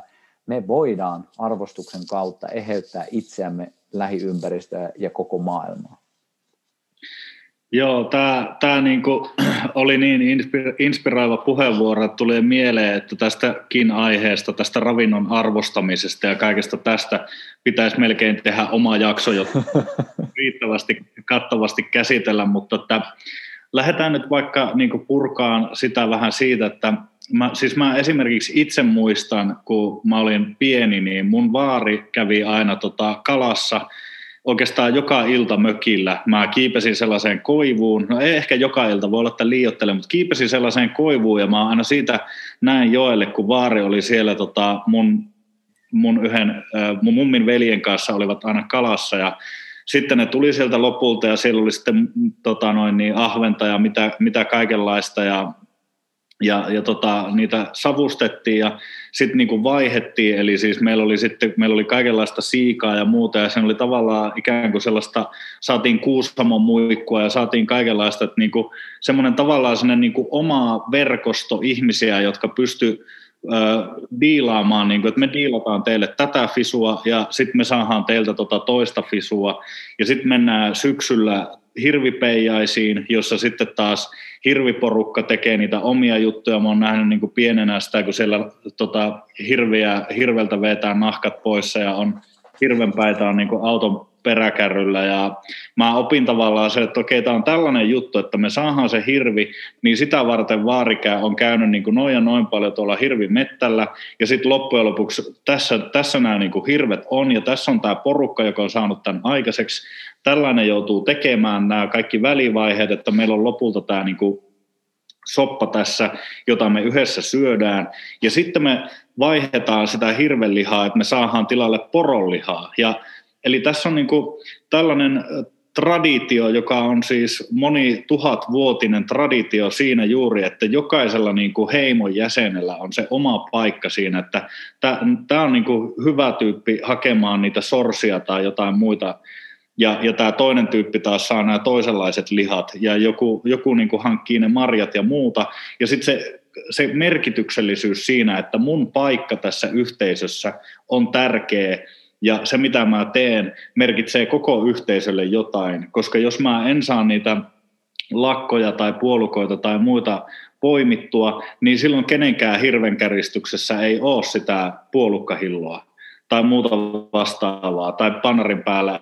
me voidaan arvostuksen kautta eheyttää itseämme, lähiympäristöä ja koko maailmaa. Joo, tämä, tämä niin kuin oli niin inspiroiva puheenvuoro, että tuli mieleen, että tästäkin aiheesta, tästä ravinnon arvostamisesta ja kaikesta tästä pitäisi melkein tehdä oma jakso, jotta riittävästi kattavasti käsitellä, mutta että lähdetään nyt vaikka niin kuin purkaan sitä vähän siitä, että mä, siis mä esimerkiksi itse muistan, kun mä olin pieni, niin mun vaari kävi aina tota kalassa, oikeastaan joka ilta mökillä. Mä kiipesin sellaiseen koivuun, no ei ehkä joka ilta, voi olla, että liioittelen, mutta kiipesin sellaiseen koivuun ja mä aina siitä näin joelle, kun vaari oli siellä tota mun, mun yhden, mun mummin veljen kanssa olivat aina kalassa ja sitten ne tuli sieltä lopulta ja siellä oli sitten tota noin, niin ahventa ja mitä, mitä kaikenlaista ja Ja, ja tota, niitä savustettiin ja sitten niinku vaihettiin, eli siis meillä oli sitten meillä oli kaikenlaista siikaa ja muuta, ja sen oli tavallaan ikään kuin sellaista, saatiin kuusamon muikkua ja saatiin kaikenlaista, että niinku, semmoinen tavallaan semmoinen niinku oma verkosto ihmisiä, jotka pysty ö, diilaamaan, niinku, että me diilataan teille tätä fisua ja sitten me saadaan teiltä tota toista fisua, ja sitten mennään syksyllä hirvipeijaisiin, jossa sitten taas hirviporukka tekee niitä omia juttuja. Mä oon nähnyt niin kuin pienenä sitä, kun siellä tota, hirviä, hirveltä vetää nahkat pois ja on hirvenpäitä on niin kuin auton peräkärryllä. Ja mä opin tavallaan se, että okei, tämä on tällainen juttu, että me saadaan se hirvi, niin sitä varten vaarikää on käynyt niin kuin noin ja noin paljon tuolla hirvimettällä. Ja sitten loppujen lopuksi tässä, tässä nämä niin kuin hirvet on, ja tässä on tämä porukka, joka on saanut tämän aikaiseksi. Tällainen joutuu tekemään nämä kaikki välivaiheet, että meillä on lopulta tämä niin kuin soppa tässä, jota me yhdessä syödään. Ja sitten me vaihdetaan sitä hirvenlihaa, että me saadaan tilalle poronlihaa. Ja, eli tässä on niin kuin tällainen traditio, joka on siis moni tuhatvuotinen traditio siinä juuri, että jokaisella niin kuin heimon jäsenellä on se oma paikka siinä, että tämä on niin kuin hyvä tyyppi hakemaan niitä sorsia tai jotain muita. Ja, ja tämä toinen tyyppi taas saa nämä toisenlaiset lihat ja joku, joku niin kuin hankkii ne marjat ja muuta. Ja sitten se, se merkityksellisyys siinä, että mun paikka tässä yhteisössä on tärkeä ja se mitä mä teen merkitsee koko yhteisölle jotain. Koska jos mä en saa niitä lakkoja tai puolukoita tai muita poimittua, niin silloin kenenkään hirvenkäristyksessä ei ole sitä puolukkahilloa tai muuta vastaavaa tai panarin päällä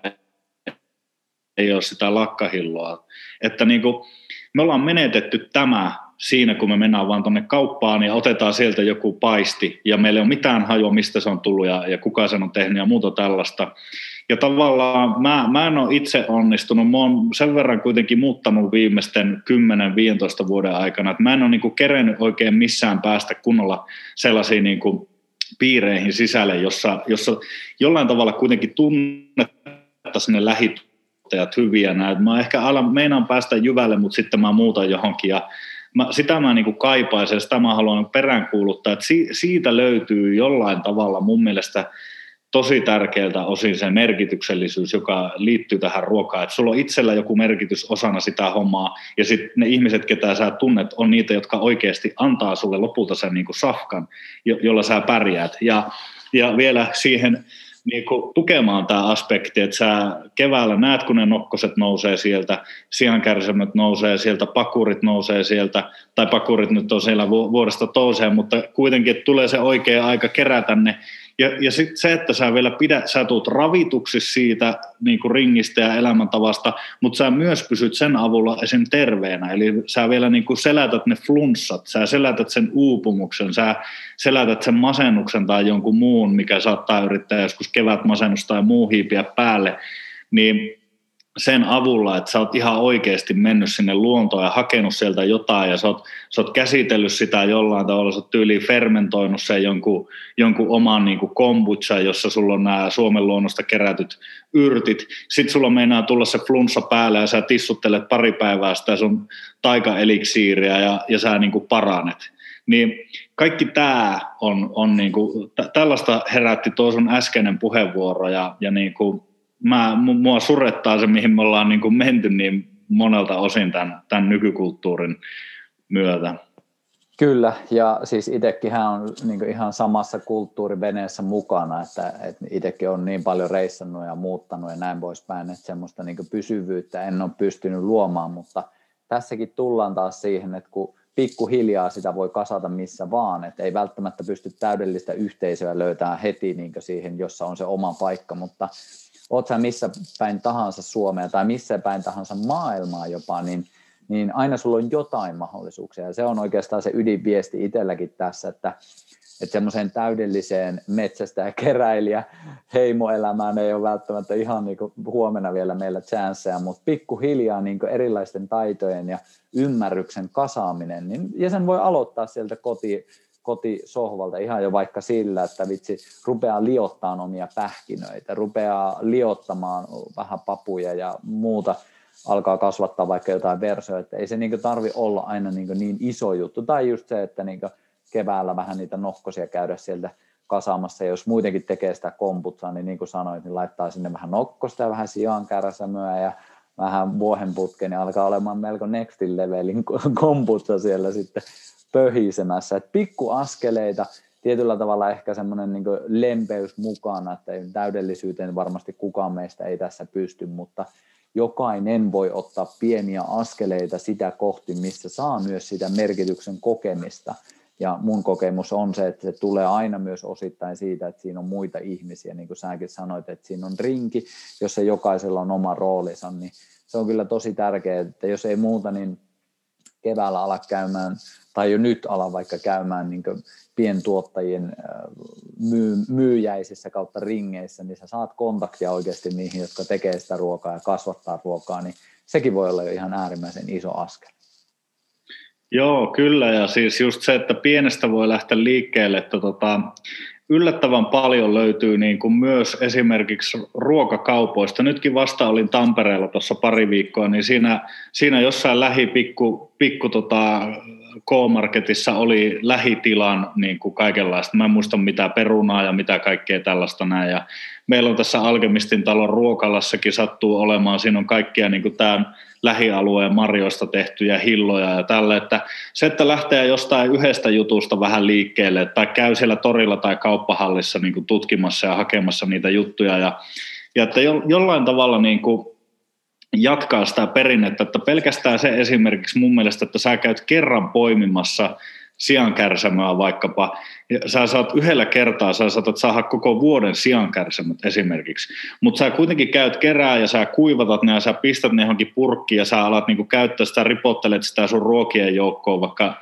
ei ole sitä lakkahilloa. Että niin kuin me ollaan menetetty tämä siinä, kun me mennään vaan tuonne kauppaan ja otetaan sieltä joku paisti ja meillä ei ole mitään hajua, mistä se on tullut ja, ja kuka sen on tehnyt ja muuta tällaista. Ja tavallaan mä, mä en ole itse onnistunut, mä oon sen verran kuitenkin muuttanut viimeisten kymmenen viisitoista vuoden aikana, että mä en ole niin kuin kerennyt oikein missään päästä kunnolla sellaisiin niin kuin piireihin sisälle, jossa, jossa jollain tavalla kuitenkin tunnettaisiin ne lähituottajat hyviä. Mä ehkä alan, meinaan päästä jyvälle, mutta sitten mä muutan johonkin ja mä, sitä mä niin kuin kaipaisen, sitä mä haluan peräänkuuluttaa, että si, siitä löytyy jollain tavalla mun mielestä tosi tärkeältä osin se merkityksellisyys, joka liittyy tähän ruokaan, että sulla on itsellä joku merkitys osana sitä hommaa, ja sitten ne ihmiset, ketä sä tunnet, on niitä, jotka oikeasti antaa sulle lopulta sen niin kuin safkan, jo- jolla sä pärjäät, ja, ja vielä siihen niin kuin tukemaan tämä aspekti, että sä keväällä näet, kun ne nokkoset nousee sieltä, siankärsämöt nousee sieltä, pakurit nousee sieltä, tai pakurit nyt on siellä vuodesta toiseen, mutta kuitenkin, että tulee se oikea aika kerätä ne. Ja, ja sitten se, että sä vielä pidät, sä tulet ravituksi siitä niin kuin ringistä ja elämäntavasta, mutta sä myös pysyt sen avulla esim. Terveenä. Eli sä vielä niin kuin selätät ne flunssat, sä selätät sen uupumuksen, sä selätät sen masennuksen tai jonkun muun, mikä saattaa yrittää joskus kevätmasennus tai muu hiipiä päälle, niin sen avulla, että sä oot ihan oikeasti mennyt sinne luontoon ja hakenut sieltä jotain ja sä oot, sä oot käsitellyt sitä jollain tavalla, sä oot tyyliin fermentoinut sen jonkun, jonkun oman niin kuin kombucha, jossa sulla on nämä Suomen luonnosta kerätyt yrtit. Sitten sulla meinaa tulla se flunssa päälle ja sä tissuttelet pari päivää sitä sun taikaeliksiiriä ja, ja sä niin kuin paranet. Niin kaikki tämä on, on niin kuin, tällaista herätti tuo sun äskeinen puheenvuoro ja, ja niin kuin Mä, mua surettaa se, mihin me ollaan niin kuin menty niin monelta osin tämän, tämän nykykulttuurin myötä. Kyllä, ja siis itsekin on niin ihan samassa kulttuuriveneessä mukana, että, että itsekin on niin paljon reissannut ja muuttanut ja näin poispäin, että semmoista niin pysyvyyttä en ole pystynyt luomaan, mutta tässäkin tullaan taas siihen, että kun pikkuhiljaa sitä voi kasata missä vaan, että ei välttämättä pysty täydellistä yhteisöä löytämään heti niin siihen, jossa on se oma paikka, mutta oot sä missä päin tahansa Suomea tai missä päin tahansa maailmaa jopa, niin niin aina sulla on jotain mahdollisuuksia. Ja se on oikeastaan se ydinviesti itselläkin tässä, että, että semmoiseen täydelliseen metsästä ja keräilijä heimoelämään ei ole välttämättä ihan niin kuin huomenna vielä meillä chanceja, mutta pikkuhiljaa niin kuin erilaisten taitojen ja ymmärryksen kasaaminen, niin, ja sen voi aloittaa sieltä koti, kotisohvalta ihan jo vaikka sillä, että vitsi rupeaa liottamaan omia pähkinöitä, rupeaa liottamaan vähän papuja ja muuta, alkaa kasvattaa vaikka jotain versoja, että ei se niin tarvitse olla aina niin, niin iso juttu, tai just se, että niin keväällä vähän niitä nohkosia käydä sieltä kasaamassa, ja jos muutenkin tekee sitä komputsaa, niin niin kuin sanoit, niin laittaa sinne vähän nokkosta ja vähän siankäräsämöä ja vähän vuohenputkeen, niin alkaa olemaan melko nextin levelin komputsa siellä sitten pöhisemässä, että pikkuaskeleita, tietyllä tavalla ehkä semmoinen niin lempeys mukana, että täydellisyyteen varmasti kukaan meistä ei tässä pysty, mutta jokainen voi ottaa pieniä askeleita sitä kohti, missä saa myös sitä merkityksen kokemista. Ja mun kokemus on se, että se tulee aina myös osittain siitä, että siinä on muita ihmisiä. Niin kuin säkin sanoit, että siinä on rinki, jossa jokaisella on oma roolinsa. Niin se on kyllä tosi tärkeää, että jos ei muuta, niin keväällä ala käymään, tai jo nyt ala vaikka käymään niin kuin pientuottajien myy, myyjäisissä kautta ringeissä, niin sä saat kontaktia oikeasti niihin, jotka tekee sitä ruokaa ja kasvattaa ruokaa, niin sekin voi olla jo ihan äärimmäisen iso askel. Joo, kyllä, ja siis just se, että pienestä voi lähteä liikkeelle, että tota, yllättävän paljon löytyy niin kuin myös esimerkiksi ruokakaupoista. Nytkin vasta olin Tampereella tuossa pari viikkoa, niin siinä, siinä jossain lähi pikku, pikku tota, K-marketissa oli lähitilan niin kuin kaikenlaista. Mä en muista mitä perunaa ja mitä kaikkea tällaista näin. Ja meillä on tässä Alkemistin talon Ruokalassakin sattuu olemaan, siinä on kaikkia niin kuin tämän lähialueen marjoista tehtyjä hilloja ja tälle, että se, että lähtee jostain yhdestä jutusta vähän liikkeelle tai käy siellä torilla tai kauppahallissa niin kuin tutkimassa ja hakemassa niitä juttuja ja, ja että jo, jollain tavalla niin kuin jatkaa sitä perinnettä, että pelkästään se esimerkiksi mun mielestä, että sä käyt kerran poimimassa siankärsämää vaikkapa, ja sä saat yhdellä kertaa, sä saatat saada koko vuoden siankärsämät esimerkiksi, mutta sä kuitenkin käyt kerää ja sä kuivatat ne ja sä pistät ne johonkin purkkiin ja sä alat niinku käyttää sitä, ripottelet sitä sun ruokien joukkoon vaikka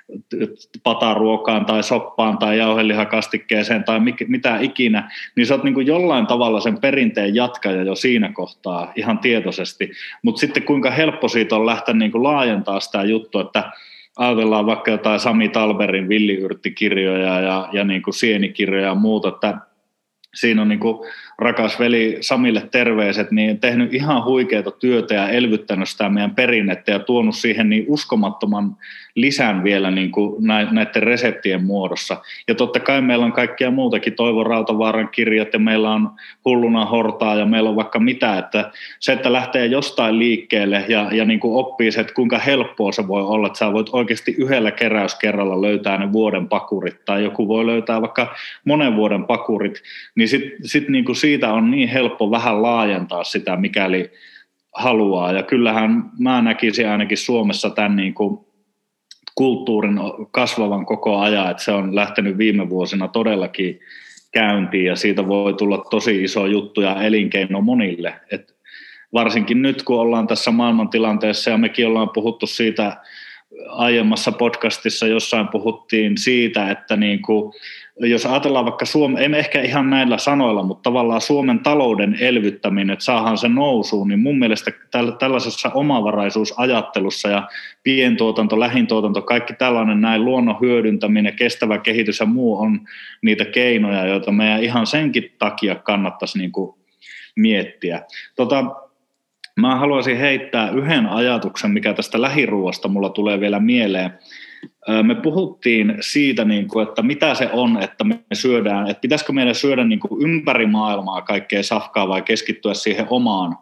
pataruokaan tai soppaan tai jauhelihakastikkeeseen tai mitä ikinä, niin sä oot niin kuin jollain tavalla sen perinteen jatkaja jo siinä kohtaa ihan tietoisesti, mutta sitten kuinka helppo siitä on lähteä niin kuin laajentaa sitä juttua, että ajatellaan vaikka jotain Sami Talberin villiyrttikirjoja ja, ja niin kuin sienikirjoja ja muuta, että siinä on niin kuin rakas veli Samille terveiset, niin tehnyt ihan huikeaa työtä ja elvyttänyt sitä meidän perinnettä ja tuonut siihen niin uskomattoman lisän vielä niin kuin näiden reseptien muodossa. Ja totta kai meillä on kaikkia muutakin, Toivo Rautavaaran kirjat ja meillä on Hulluna Hortaa ja meillä on vaikka mitä, että se, että lähtee jostain liikkeelle ja, ja niin kuin oppii se, että kuinka helppoa se voi olla, että sä voit oikeasti yhdellä keräyskerralla löytää ne vuoden pakurit tai joku voi löytää vaikka monen vuoden pakurit, niin sitten sit niin kuin siitä on niin helppo vähän laajentaa sitä, mikäli haluaa. Ja kyllähän mä näkisin ainakin Suomessa tämän niin kuin kulttuurin kasvavan koko ajan, että se on lähtenyt viime vuosina todellakin käyntiin ja siitä voi tulla tosi iso juttu ja elinkeino monille. Et varsinkin nyt, kun ollaan tässä maailmantilanteessa ja mekin ollaan puhuttu siitä aiemmassa podcastissa, jossain puhuttiin siitä, että niin kuin, jos ajatellaan vaikka Suomen, ei ehkä ihan näillä sanoilla, mutta tavallaan Suomen talouden elvyttäminen, että saadaan se nousuun, niin mun mielestä tällaisessa omavaraisuusajattelussa ja pientuotanto, lähintuotanto, kaikki tällainen näin luonnon hyödyntäminen, kestävä kehitys ja muu on niitä keinoja, joita meidän ihan senkin takia kannattaisi niin kuin miettiä. Tota, Mä haluaisin heittää yhden ajatuksen, mikä tästä lähiruoasta mulla tulee vielä mieleen. Me puhuttiin siitä, että mitä se on, että me syödään, että pitäisikö meidän syödä ympäri maailmaa kaikkea safkaa vai keskittyä siihen omaan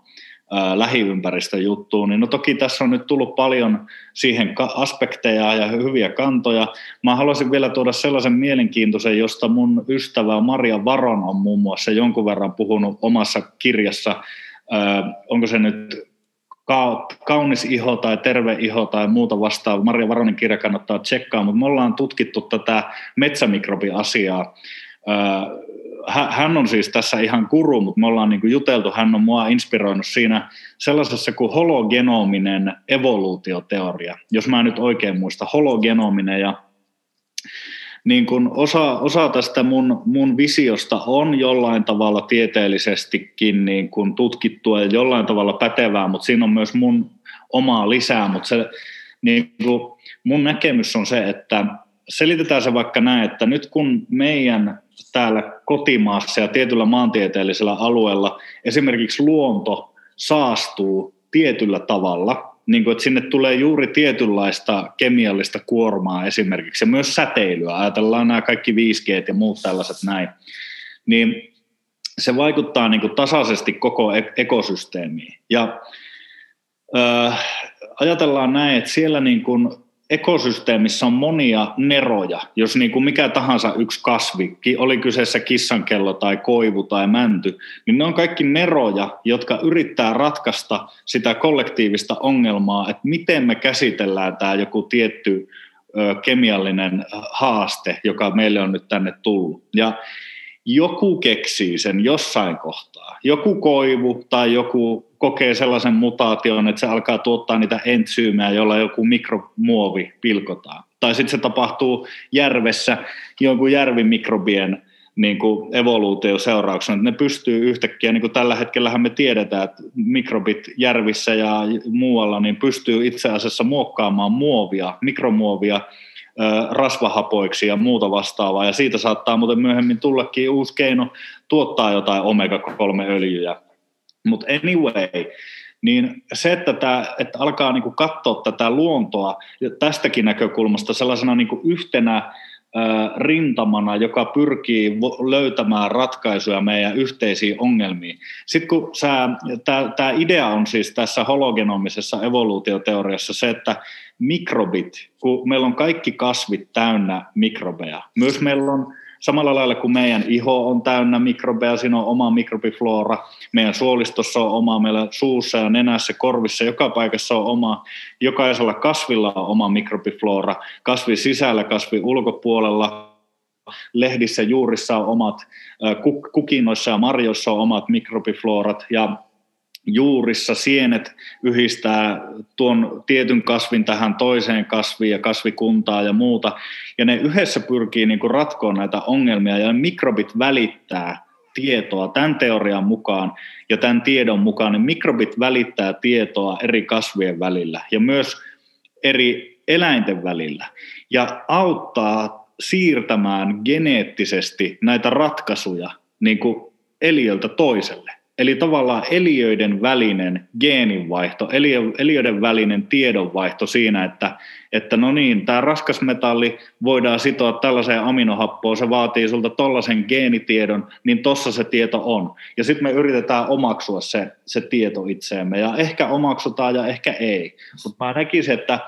ää, lähiympäristön juttuun, niin no toki tässä on nyt tullut paljon siihen aspekteja ja hyviä kantoja. Mä haluaisin vielä tuoda sellaisen mielenkiintoisen, josta mun ystävä Maria Varon on muun muassa jonkun verran puhunut omassa kirjassa, ää, onko se nyt Kaunis iho tai terve iho tai muuta vastaavaa. Maria Varonin kirja kannattaa tsekkaa, mutta me ollaan tutkittu tätä metsämikrobiasiaa. Hän on siis tässä ihan guru, mutta me ollaan niin kuin juteltu, hän on mua inspiroinut siinä sellaisessa kuin hologenominen evoluutioteoria, jos mä nyt oikein muista, hologenominen ja niin kun osa, osa tästä mun, mun visiosta on jollain tavalla tieteellisestikin niin kun tutkittua ja jollain tavalla pätevää, mutta siinä on myös mun omaa lisää. Mutta se, niin kun mun näkemys on se, että selitetään se vaikka näin, että nyt kun meidän täällä kotimaassa ja tietyllä maantieteellisellä alueella esimerkiksi luonto saastuu tietyllä tavalla, niin kuin, että sinne tulee juuri tietynlaista kemiallista kuormaa esimerkiksi, ja myös säteilyä, ajatellaan nämä kaikki viisi G ja muut tällaiset näin, niin se vaikuttaa niin kuin tasaisesti koko ekosysteemiin. Ja äh, ajatellaan näin, että siellä niin kuin ekosysteemissä on monia neroja, jos niin kuin mikä tahansa yksi kasvi, oli kyseessä kissankello tai koivu tai mänty, niin ne on kaikki neroja, jotka yrittää ratkaista sitä kollektiivista ongelmaa, että miten me käsitellään tämä joku tietty ö, kemiallinen haaste, joka meille on nyt tänne tullut. Ja joku keksii sen jossain kohtaa. Joku koivu tai joku kokee sellaisen mutaation, että se alkaa tuottaa niitä entsyymejä, joilla joku mikromuovi pilkotaan. Tai sitten se tapahtuu järvessä jonkun järvimikrobien niin kuin evoluution seurauksena, että ne pystyy yhtäkkiä, niin kuin tällä hetkellähän me tiedetään, että mikrobit järvissä ja muualla niin pystyy itse asiassa muokkaamaan muovia, mikromuovia, rasvahapoiksi ja muuta vastaavaa, ja siitä saattaa muuten myöhemmin tullakin uusi keino tuottaa jotain omega kolme öljyjä. Mutta anyway, niin se, että, tää, että alkaa niinku katsoa tätä luontoa tästäkin näkökulmasta sellaisena niinku yhtenä ää, rintamana, joka pyrkii löytämään ratkaisuja meidän yhteisiin ongelmiin. Sitten kun tämä idea on siis tässä hologenomisessa evoluutioteoriassa se, että mikrobit, kun meillä on kaikki kasvit täynnä mikrobeja, myös meillä on samalla lailla kuin meidän iho on täynnä mikrobeja, siinä on oma mikrobiflora, meidän suolistossa on oma, meillä suussa ja nenässä, korvissa, joka paikassa on oma, jokaisella kasvilla on oma mikrobiflora, kasvin sisällä, kasvin ulkopuolella, lehdissä, juurissa on omat, kukinoissa ja marjoissa on omat mikrobiflorat ja juurissa sienet yhdistää tuon tietyn kasvin tähän toiseen kasviin ja kasvikuntaan ja muuta, ja ne yhdessä pyrkii niin kuin ratkoa näitä ongelmia, ja mikrobit välittää tietoa tämän teorian mukaan ja tämän tiedon mukaan, niin mikrobit välittää tietoa eri kasvien välillä ja myös eri eläinten välillä ja auttaa siirtämään geneettisesti näitä ratkaisuja niin kuin eliöltä toiselle. Eli tavallaan eliöiden välinen geeninvaihto, eliöiden välinen tiedonvaihto siinä, että, että no niin, tämä raskasmetalli voidaan sitoa tällaiseen aminohappoon, se vaatii sulta tollaisen geenitiedon, niin tossa se tieto on. Ja sitten me yritetään omaksua se, se tieto itseemme, ja ehkä omaksutaan ja ehkä ei. Mutta mä näkisin, että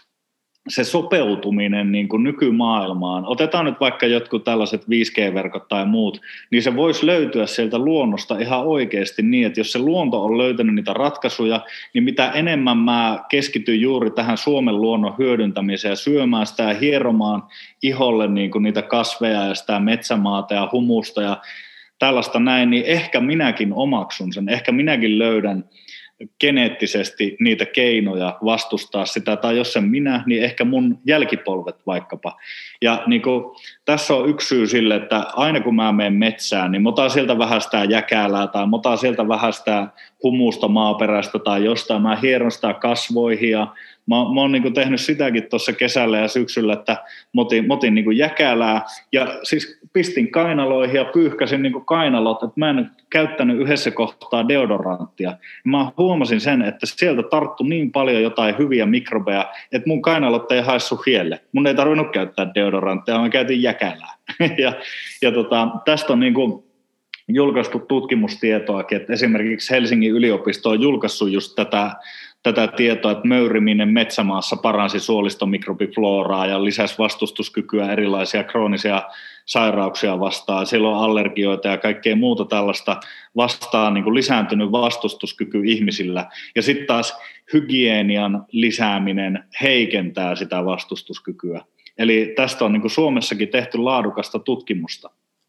se sopeutuminen niin kuin nykymaailmaan, otetaan nyt vaikka jotkut tällaiset viisi G-verkot tai muut, niin se voisi löytyä sieltä luonnosta ihan oikeasti niin, että jos se luonto on löytänyt niitä ratkaisuja, niin mitä enemmän mä keskityn juuri tähän Suomen luonnon hyödyntämiseen ja syömään sitä ja hieromaan iholle niin kuin niitä kasveja ja sitä metsämaata ja humusta ja tällaista näin, niin ehkä minäkin omaksun sen, ehkä minäkin löydän geneettisesti niitä keinoja vastustaa sitä, tai jos en minä, niin ehkä mun jälkipolvet vaikkapa. Ja niin kuin, tässä on yksi syy sille, että aina kun mä menen metsään, niin mä otan sieltä vähän sitä jäkälää, tai mä otan sieltä vähän sitä humusta maaperästä tai jostain, mä hieron sitä kasvoihin, ja mä, mä oon niin kuin tehnyt sitäkin tuossa kesällä ja syksyllä, että mä otin, mä otin niin kuin jäkälää, ja siis pistin kainaloihin ja pyyhkäsin niin kuin kainalot, että mä en käyttänyt yhdessä kohtaa deodoranttia. Mä huomasin sen, että sieltä tarttui niin paljon jotain hyviä mikrobeja, että mun kainalot ei haissu hielle. Mun ei tarvinnut käyttää deodoranttia, mä käytin jäkälää. ja ja tota, tästä on niin kuin julkaistu tutkimustietoakin, että esimerkiksi Helsingin yliopisto on julkaissut just tätä, tätä tietoa, että möyriminen metsämaassa paransi suolistomikrobiflooraa ja lisäsi vastustuskykyä erilaisia kroonisia sairauksia vastaan. Silloin allergioita ja kaikkea muuta tällaista vastaan niin kuin lisääntynyt vastustuskyky ihmisillä. Ja sitten taas hygienian lisääminen heikentää sitä vastustuskykyä. Eli tästä on niin kuin Suomessakin tehty laadukasta tutkimusta.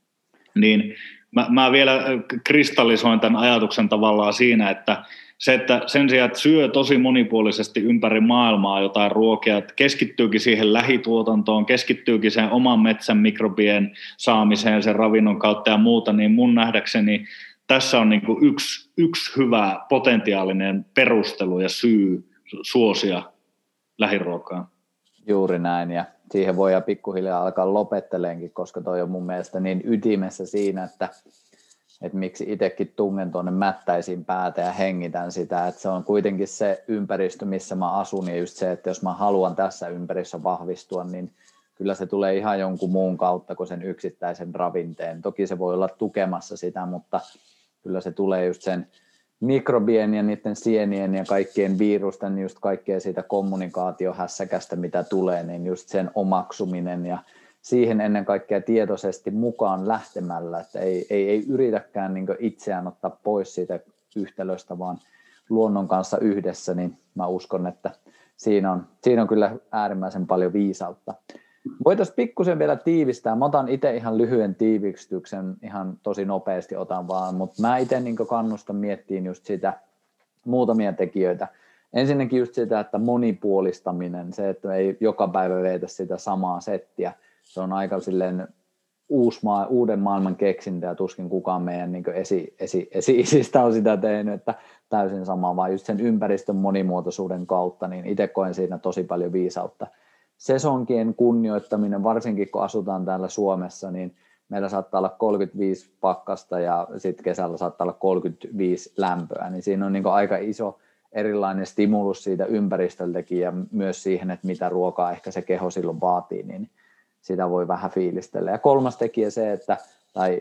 Niin Mä, mä vielä kristallisoin tämän ajatuksen tavallaan siinä, että se, että sen sijaan, että syö tosi monipuolisesti ympäri maailmaa jotain ruokia, että keskittyykin siihen lähituotantoon, keskittyykin sen oman metsän mikrobien saamiseen sen ravinnon kautta ja muuta, niin mun nähdäkseni tässä on niin kuin yksi, yksi hyvä potentiaalinen perustelu ja syy suosia lähiruokaa. Juuri näin, ja siihen voi pikkuhiljaa alkaa lopetteleenkin, koska toi on mun mielestä niin ytimessä siinä, että, että miksi itsekin tungen tuonne mättäisiin päätä ja hengitän sitä, että se on kuitenkin se ympäristö, missä mä asun, ja just se, että jos mä haluan tässä ympäristössä vahvistua, niin kyllä se tulee ihan jonkun muun kautta kuin sen yksittäisen ravinteen. Toki se voi olla tukemassa sitä, mutta kyllä se tulee just sen mikrobien ja niiden sienien ja kaikkien virusten, just kaikkea siitä kommunikaatiohässäkästä, mitä tulee, niin just sen omaksuminen ja siihen ennen kaikkea tietoisesti mukaan lähtemällä, että ei, ei, ei yritäkään niin kuin itseään ottaa pois siitä yhtälöstä, vaan luonnon kanssa yhdessä, niin mä uskon, että siinä on, siinä on kyllä äärimmäisen paljon viisautta. Voitaisiin pikkusen vielä tiivistää. Mä otan itse ihan lyhyen tiivistyksen, ihan tosi nopeasti otan vaan, mutta mä itse niin kannustan miettimään just sitä muutamia tekijöitä. Ensinnäkin just sitä, että monipuolistaminen, se, että ei joka päivä veitä sitä samaa settiä, se on aika silleen uusmaa, uuden maailman keksintö ja tuskin kukaan meidän niin esi, esi, esi-isistä on sitä tehnyt, että täysin sama, vaan just sen ympäristön monimuotoisuuden kautta, niin itse koen siinä tosi paljon viisautta. Sesonkien kunnioittaminen, varsinkin kun asutaan täällä Suomessa, niin meillä saattaa olla kolmekymmentäviisi pakkasta ja sitten kesällä saattaa olla kolmekymmentäviisi lämpöä, niin siinä on niin kuin aika iso erilainen stimulus siitä ympäristöltäkin ja myös siihen, että mitä ruokaa ehkä se keho silloin vaatii, niin sitä voi vähän fiilistellä. Ja kolmas tekijä se, että, tai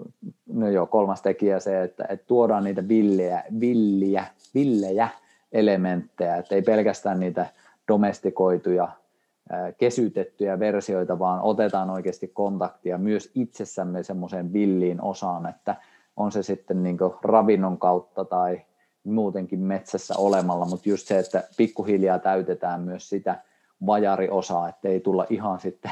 no joo, kolmas tekijä se, että, että tuodaan niitä villejä, villiä, villejä elementtejä, että ei pelkästään niitä domestikoituja, kesytettyjä versioita, vaan otetaan oikeasti kontaktia myös itsessämme semmoiseen villiin osaan, että on se sitten niin kuin ravinnon kautta tai muutenkin metsässä olemalla, mutta just se, että pikkuhiljaa täytetään myös sitä vajariosaa, että ei tulla ihan sitten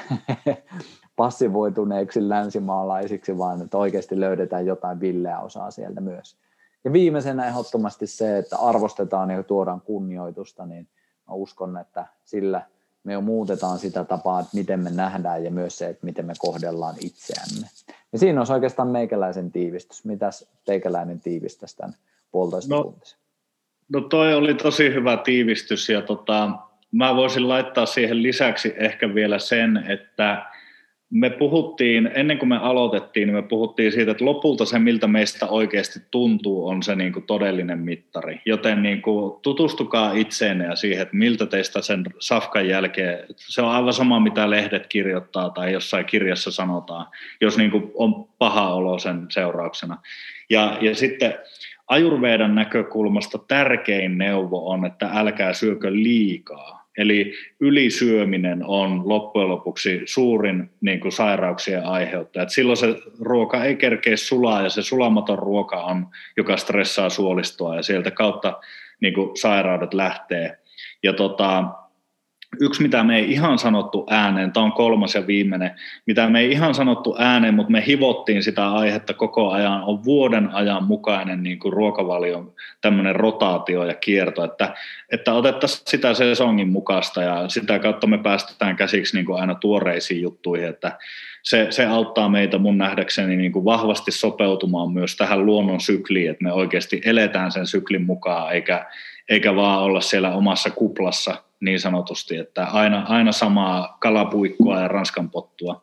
passivoituneeksi länsimaalaisiksi, vaan että oikeasti löydetään jotain villeä osaa sieltä myös. Ja viimeisenä ehdottomasti se, että arvostetaan ja tuodaan kunnioitusta, niin mä uskon, että sillä me jo muutetaan sitä tapaa, että miten me nähdään ja myös se, että miten me kohdellaan itseämme. Ja siinä olisi oikeastaan meikäläisen tiivistys. Mitäs teikäläinen tiivistäisi tämän puolitoista no, tuntisen? No toi oli tosi hyvä tiivistys ja tota, mä voisin laittaa siihen lisäksi ehkä vielä sen, että me puhuttiin, ennen kuin me aloitettiin, niin me puhuttiin siitä, että lopulta se, miltä meistä oikeasti tuntuu, on se niin kuin todellinen mittari. Joten niin kuin tutustukaa itseenne ja siihen, että miltä teistä sen safkan jälkeen, se on aivan sama, mitä lehdet kirjoittaa tai jossain kirjassa sanotaan, jos niin kuin on paha olo sen seurauksena. Ja, ja sitten Ayurvedan näkökulmasta tärkein neuvo on, että älkää syökö liikaa. Eli ylisyöminen on loppujen lopuksi suurin niin kuin sairauksien aiheuttaja. Et silloin se ruoka ei kerkeä sulaa ja se sulamaton ruoka on, joka stressaa suolistoa ja sieltä kautta niin kuin sairaudet lähtee. Ja tota, yksi, mitä me ei ihan sanottu ääneen, tämä on kolmas ja viimeinen, mitä me ei ihan sanottu ääneen, mutta me hivottiin sitä aihetta koko ajan, on vuoden ajan mukainen niin kuin ruokavalion tämmöinen rotaatio ja kierto, että, että otettaisiin sitä sesongin mukaista ja sitä kautta me päästetään käsiksi niin kuin aina tuoreisiin juttuihin, että se, se auttaa meitä mun nähdäkseni niin kuin vahvasti sopeutumaan myös tähän luonnon sykliin, että me oikeasti eletään sen syklin mukaan, eikä, eikä vaan olla siellä omassa kuplassa, niin sanotusti, että aina, aina samaa kalapuikkoa ja ranskan pottua.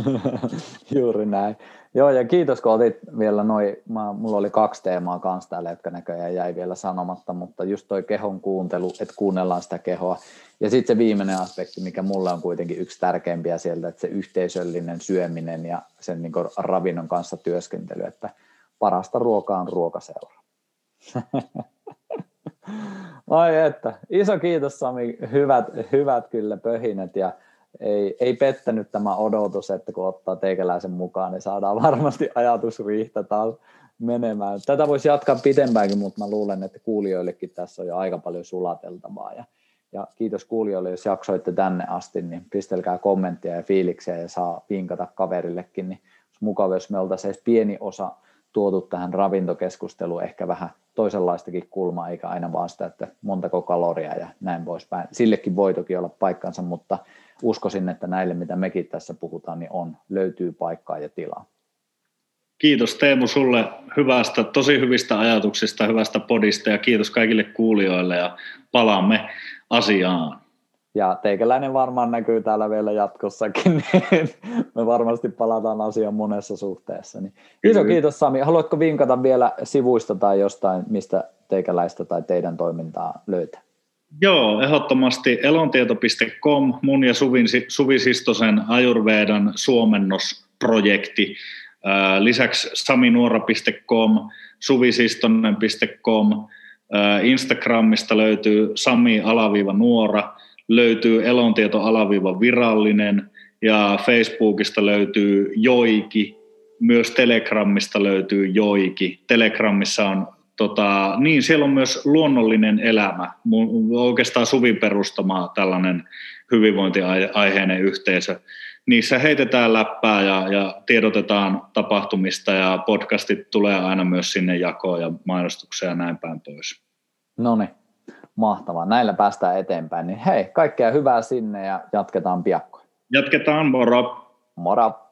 Juuri näin. Joo, ja kiitos, kun otit vielä noin, mulla oli kaksi teemaa kanssa täällä, jotka näköjään jäi vielä sanomatta, mutta just toi kehon kuuntelu, että kuunnellaan sitä kehoa. Ja sitten se viimeinen aspekti, mikä mulle on kuitenkin yksi tärkeimpiä sieltä, että se yhteisöllinen syöminen ja sen niin kuin ravinnon kanssa työskentely, että parasta ruokaa on ruokaseura. Ai että, iso kiitos Sami, hyvät, hyvät kyllä pöhinät ja ei, ei pettänyt tämä odotus, että kun ottaa teikäläisen mukaan, niin saadaan varmasti ajatusriihtä taas menemään. Tätä voisi jatkaa pitempäänkin, mutta mä luulen, että kuulijoillekin tässä on jo aika paljon sulateltavaa. Ja, ja kiitos kuulijoille, jos jaksoitte tänne asti, niin pistelkää kommenttia ja fiiliksiä ja saa vinkata kaverillekin. Niin olisi mukava, jos me oltaisiin edes pieni osa tuotu tähän ravintokeskusteluun ehkä vähän toisenlaistakin kulmaa, eikä aina vaan sitä, että montako kaloria ja näin poispäin. Sillekin voi toki olla paikkansa, mutta uskoisin, että näille, mitä mekin tässä puhutaan, niin on, löytyy paikkaa ja tilaa. Kiitos Teemu sulle hyvästä, tosi hyvistä ajatuksista, hyvästä podista ja kiitos kaikille kuulijoille ja palaamme asiaan. Ja teikäläinen varmaan näkyy täällä vielä jatkossakin, niin me varmasti palataan asiaan monessa suhteessa. Niin iso kiitos Sami. Haluatko vinkata vielä sivuista tai jostain, mistä teikäläistä tai teidän toimintaa löytää? Joo, ehdottomasti elontieto piste com, mun ja Suvi Sistosen Ayurvedan suomennosprojekti. Lisäksi saminuora piste com, suvisistonen piste com, Instagramista löytyy sami-nuora, löytyy elontieto-virallinen ja Facebookista löytyy Joiki, myös Telegramista löytyy Joiki. Telegramissa on, tota, niin siellä on myös luonnollinen elämä, oikeastaan Suvin perustama tällainen hyvinvointiaiheinen yhteisö. Niissä heitetään läppää ja, ja tiedotetaan tapahtumista ja podcastit tulee aina myös sinne jakoon ja mainostuksia ja näin päin pois. Noniin, mahtavaa. Näillä päästään eteenpäin. Niin hei, kaikkea hyvää sinne ja jatketaan piakkoin. Jatketaan, moro! Moro!